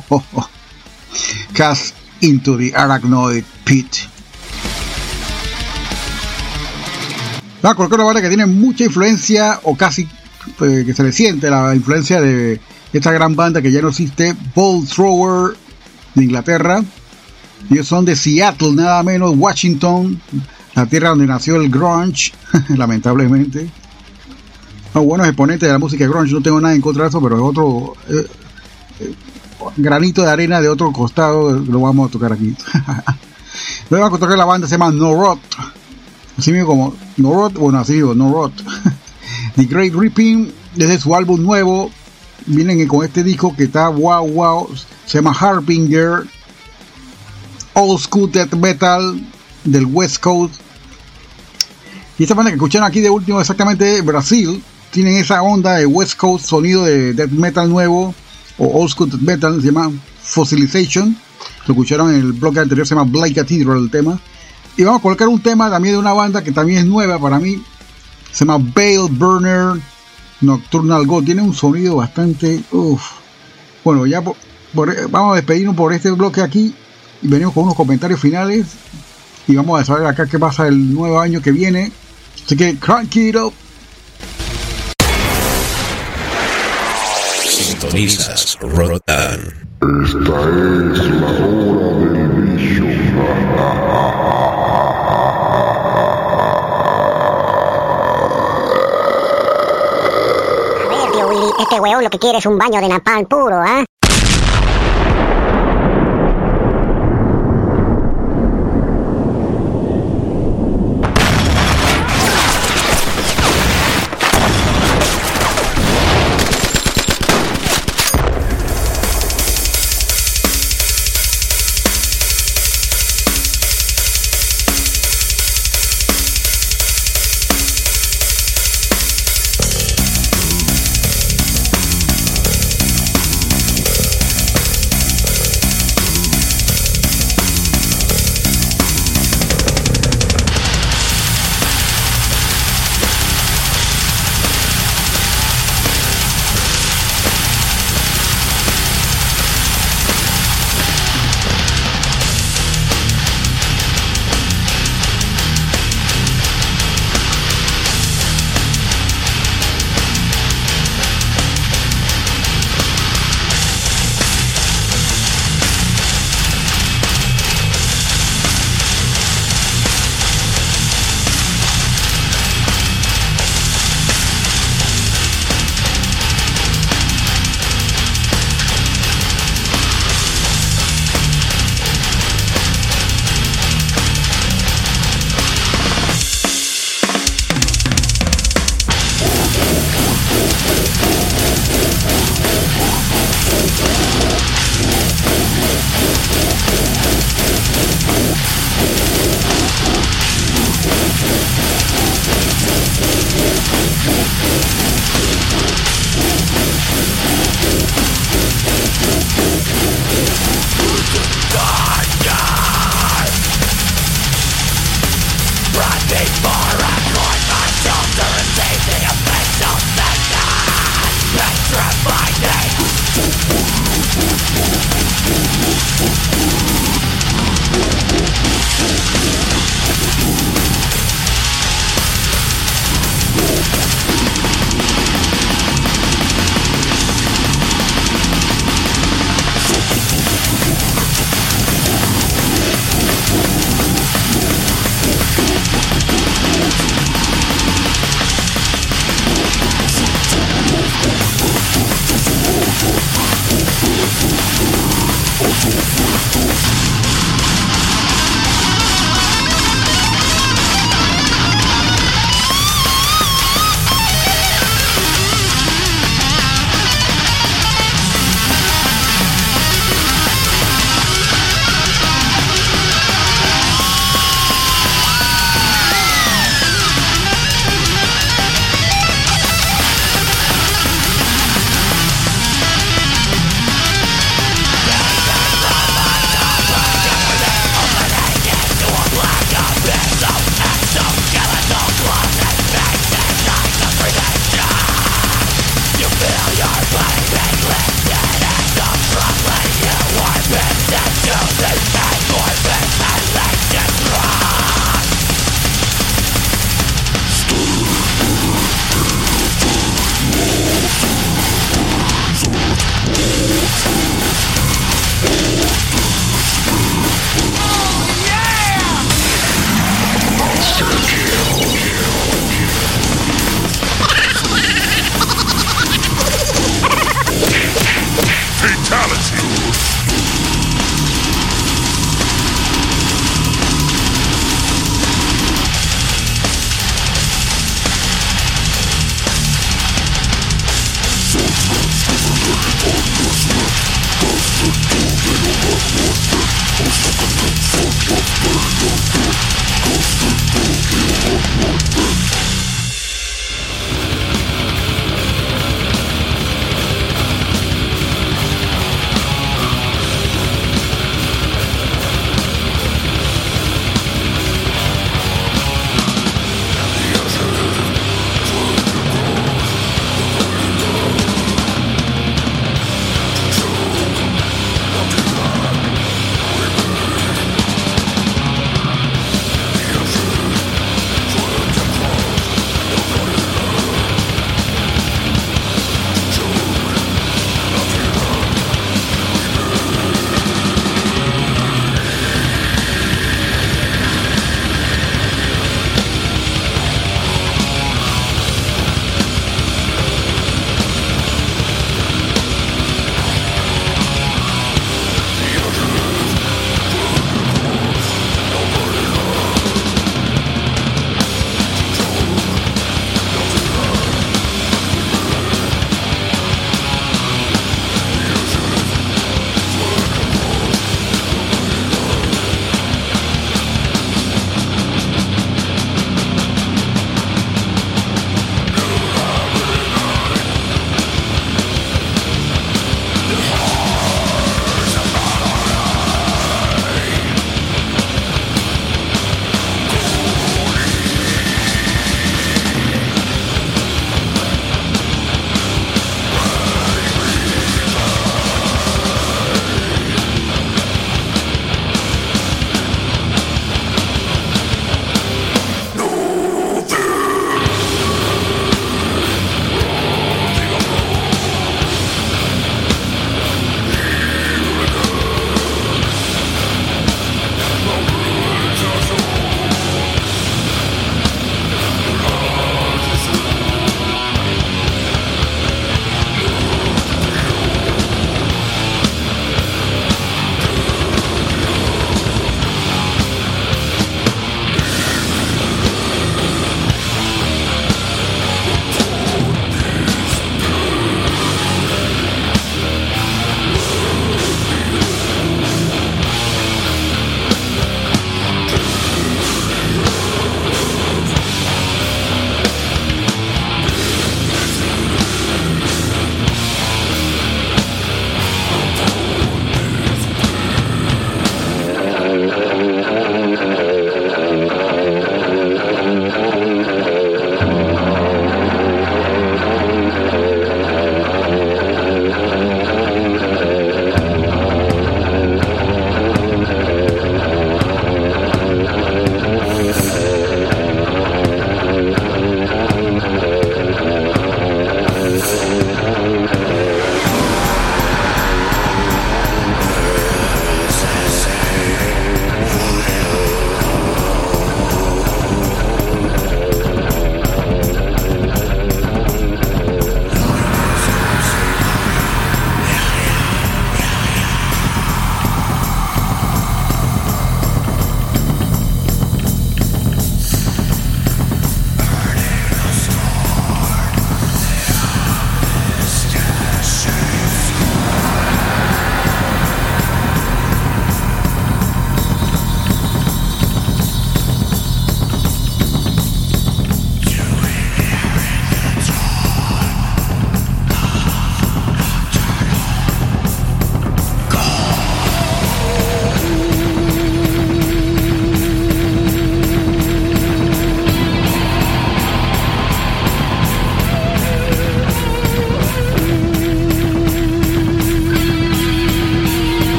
Cast into the Arachnoid Pit. Va a colocar una banda que tiene mucha influencia, o casi que se le siente la influencia de esta gran banda que ya no existe, Ball Thrower de Inglaterra. Ellos son de Seattle, nada menos, Washington, la tierra donde nació el grunge, lamentablemente. Buenos exponentes de la música grunge, no tengo nada en contra de eso, pero es otro granito de arena de otro costado, lo vamos a tocar aquí. Luego vamos a tocar la banda, se llama No Rot. Así mismo como No Rot, bueno, así digo, No Rot. The Great Reaping, desde su álbum nuevo, vienen con este disco que está wow, se llama Harbinger, Old School Death Metal del West Coast. Y esta banda que escucharon aquí de último, exactamente Brasil, tienen esa onda de West Coast, sonido de Death Metal nuevo, o Old School Death Metal, se llama Fossilization. Lo escucharon en el bloque anterior, se llama Black Cathedral el tema. Y vamos a colocar un tema también de una banda que también es nueva para mí. Se llama Bale Burner Nocturnal God. Tiene un sonido bastante... Bueno, ya vamos a despedirnos por este bloque aquí. Y venimos con unos comentarios finales. Y vamos a saber acá qué pasa el nuevo año que viene. Así que crank it up. Sintonizas Rotan. Esta es la hora del bicho. Este weón lo que quiere es un baño de napalm puro, ¿ah?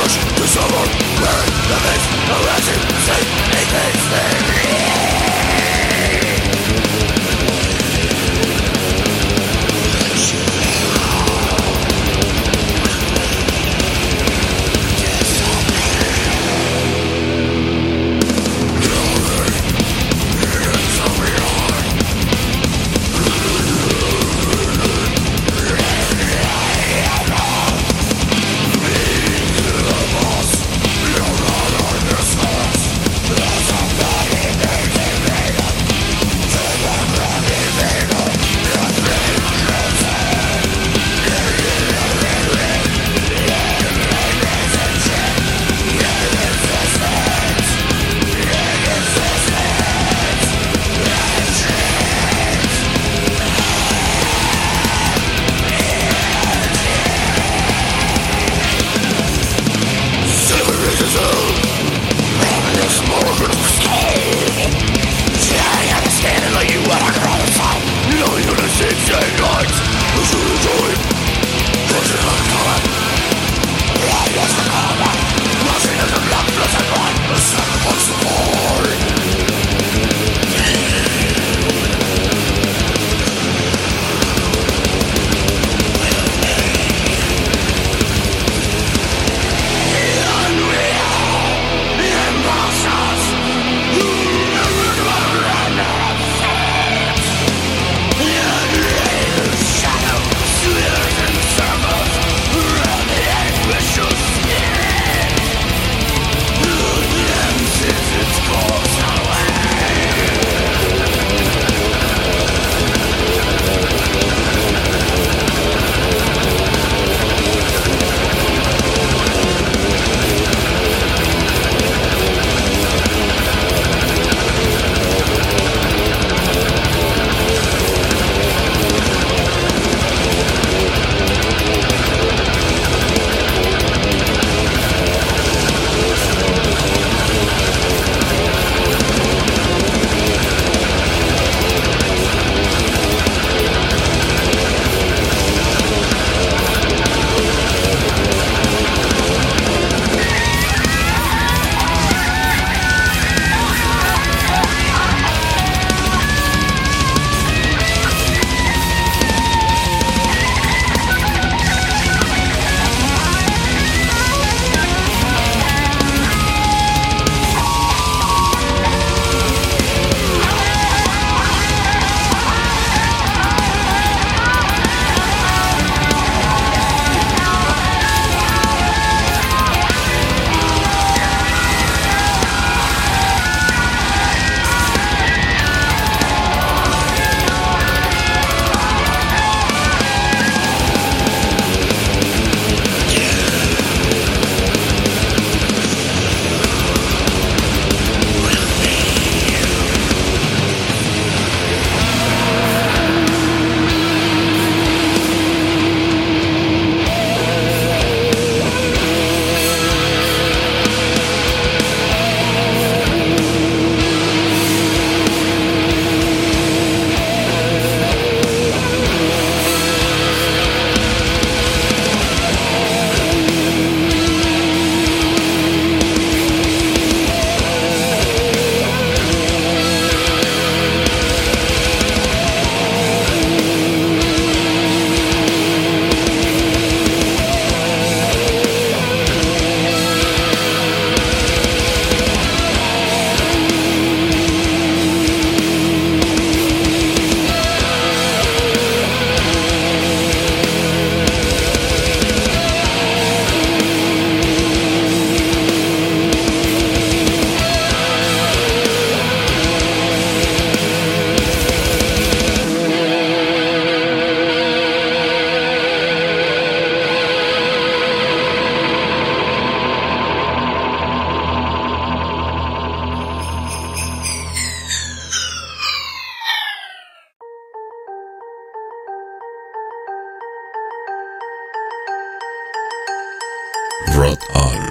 Rock On.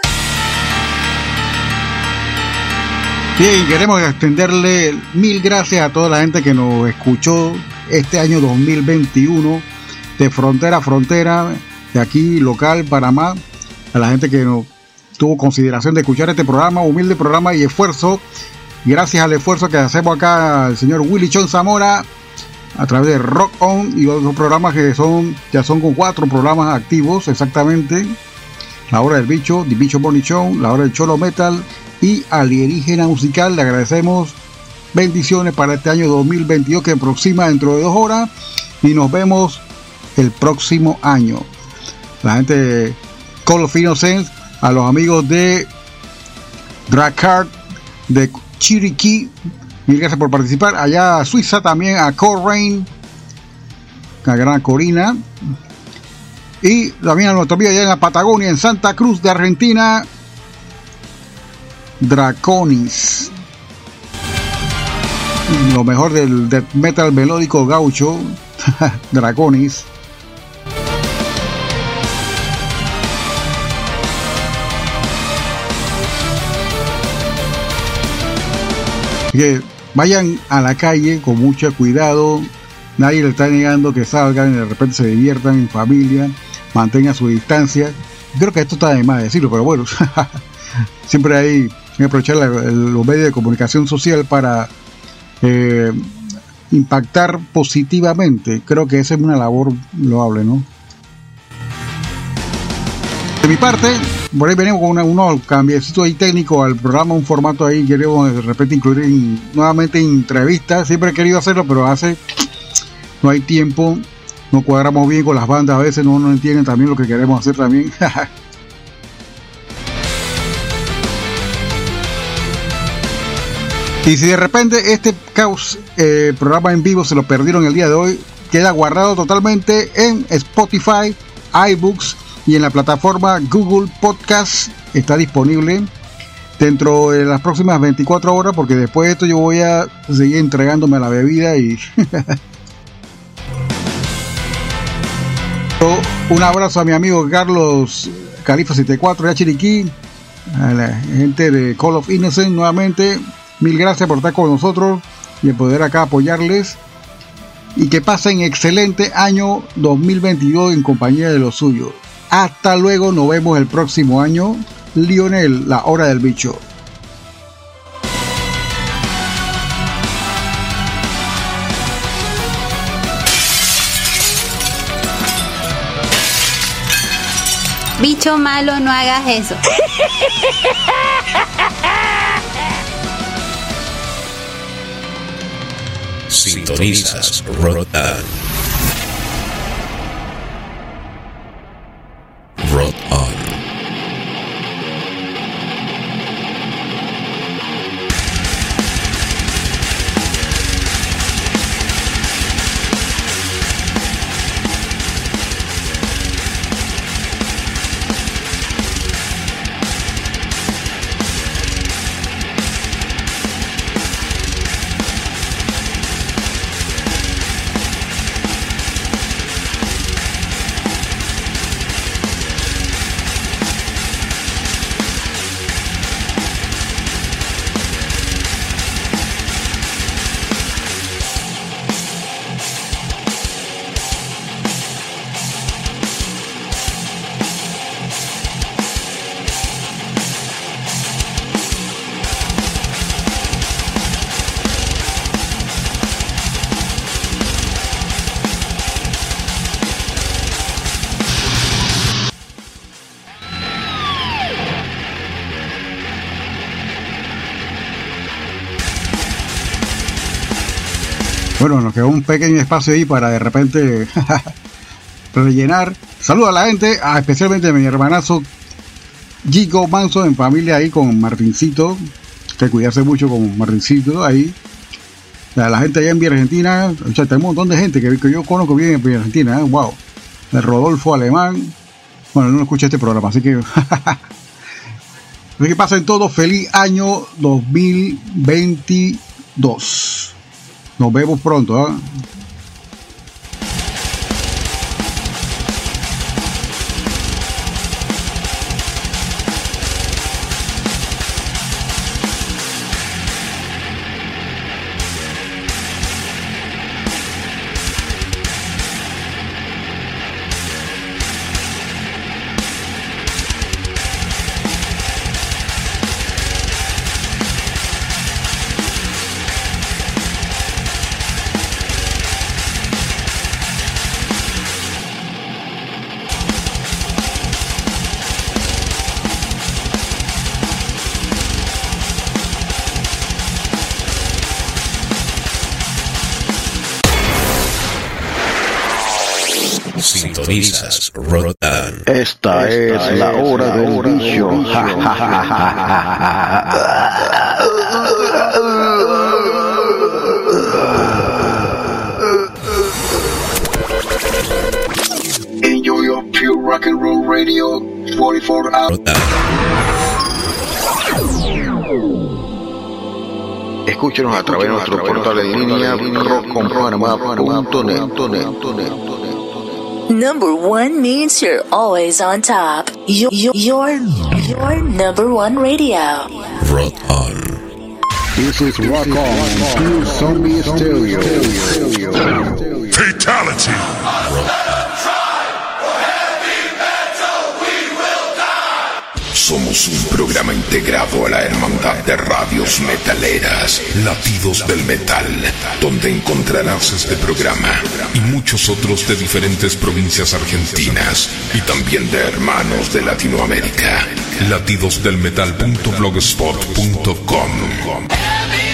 Bien, queremos extenderle mil gracias a toda la gente que nos escuchó este año 2021 de frontera a frontera, de aquí local, Panamá, a la gente que nos tuvo consideración de escuchar este programa, humilde programa y esfuerzo. Gracias al esfuerzo que hacemos acá el señor Willy Chon Zamora a través de Rock On y otros programas que ya son con 4 programas activos exactamente. La Hora del Bicho, The Bicho Morning Show, La Hora del Cholo Metal y Alienígena Musical. Le agradecemos, bendiciones para este año 2022 que aproxima dentro de 2 horas y nos vemos el próximo año. La gente de Call of Innocence, a los amigos de Dragcard de Chiriquí, mil gracias por participar. Allá a Suiza también a Corrain, a Gran Corina, y también a nuestro amigo allá en la Patagonia, en Santa Cruz de Argentina, Draconis, lo mejor del death metal melódico gaucho. Draconis. Que vayan a la calle con mucho cuidado, nadie le está negando que salgan y de repente se diviertan en familia, mantengan su distancia. Creo que esto está de más decirlo, pero bueno, siempre hay que aprovechar los medios de comunicación social para impactar positivamente. Creo que esa es una labor loable, ¿no? De mi parte, por ahí venimos con unos cambiecitos ahí técnicos al programa, un formato ahí, queremos de repente incluir nuevamente entrevistas. Siempre he querido hacerlo, pero no hay tiempo, no cuadramos bien con las bandas, a veces no entienden también lo que queremos hacer también. Y si de repente este caos programa en vivo se lo perdieron el día de hoy, queda guardado totalmente en Spotify, iBooks y en la plataforma Google Podcast. Está disponible dentro de las próximas 24 horas, porque después de esto yo voy a seguir entregándome a la bebida y un abrazo a mi amigo Carlos Califa 74 de Chiriquí, a la gente de Call of Innocence nuevamente. Mil gracias por estar con nosotros y de poder acá apoyarles. Y que pasen excelente año 2022 en compañía de los suyos. Hasta luego, nos vemos el próximo año. Lionel, La Hora del Bicho. Bicho malo, no hagas eso. Sintonizas Rock On. Rock On. Bueno, nos quedó un pequeño espacio ahí para de repente rellenar. Saludos a la gente, especialmente a mi hermanazo Gigo Manso, en familia ahí con Martincito, que cuidarse mucho con Martincito ahí. A la gente allá en Villa Argentina, o sea, tenemos un montón de gente que yo conozco bien en Villa Argentina, wow. El Rodolfo Alemán, bueno, no escucha este programa, así que que pasen todos feliz año 2022. Nos vemos pronto, ¿eh? Sintonizas Rock On. Esta es la hora del bicho. Enjoy your pure rock and roll radio 44 hours. Escúchenos a través de nuestro portal en línea rockconpanamá.net. Number one means you're always on top. Your number one radio. Rock On. This is Rock On, Pure Zombie Stereo. Fatality. Somos un programa integrado a la Hermandad de Radios Metaleras, Latidos del Metal, donde encontrarás este programa y muchos otros de diferentes provincias argentinas y también de hermanos de Latinoamérica. Latidosdelmetal.blogspot.com.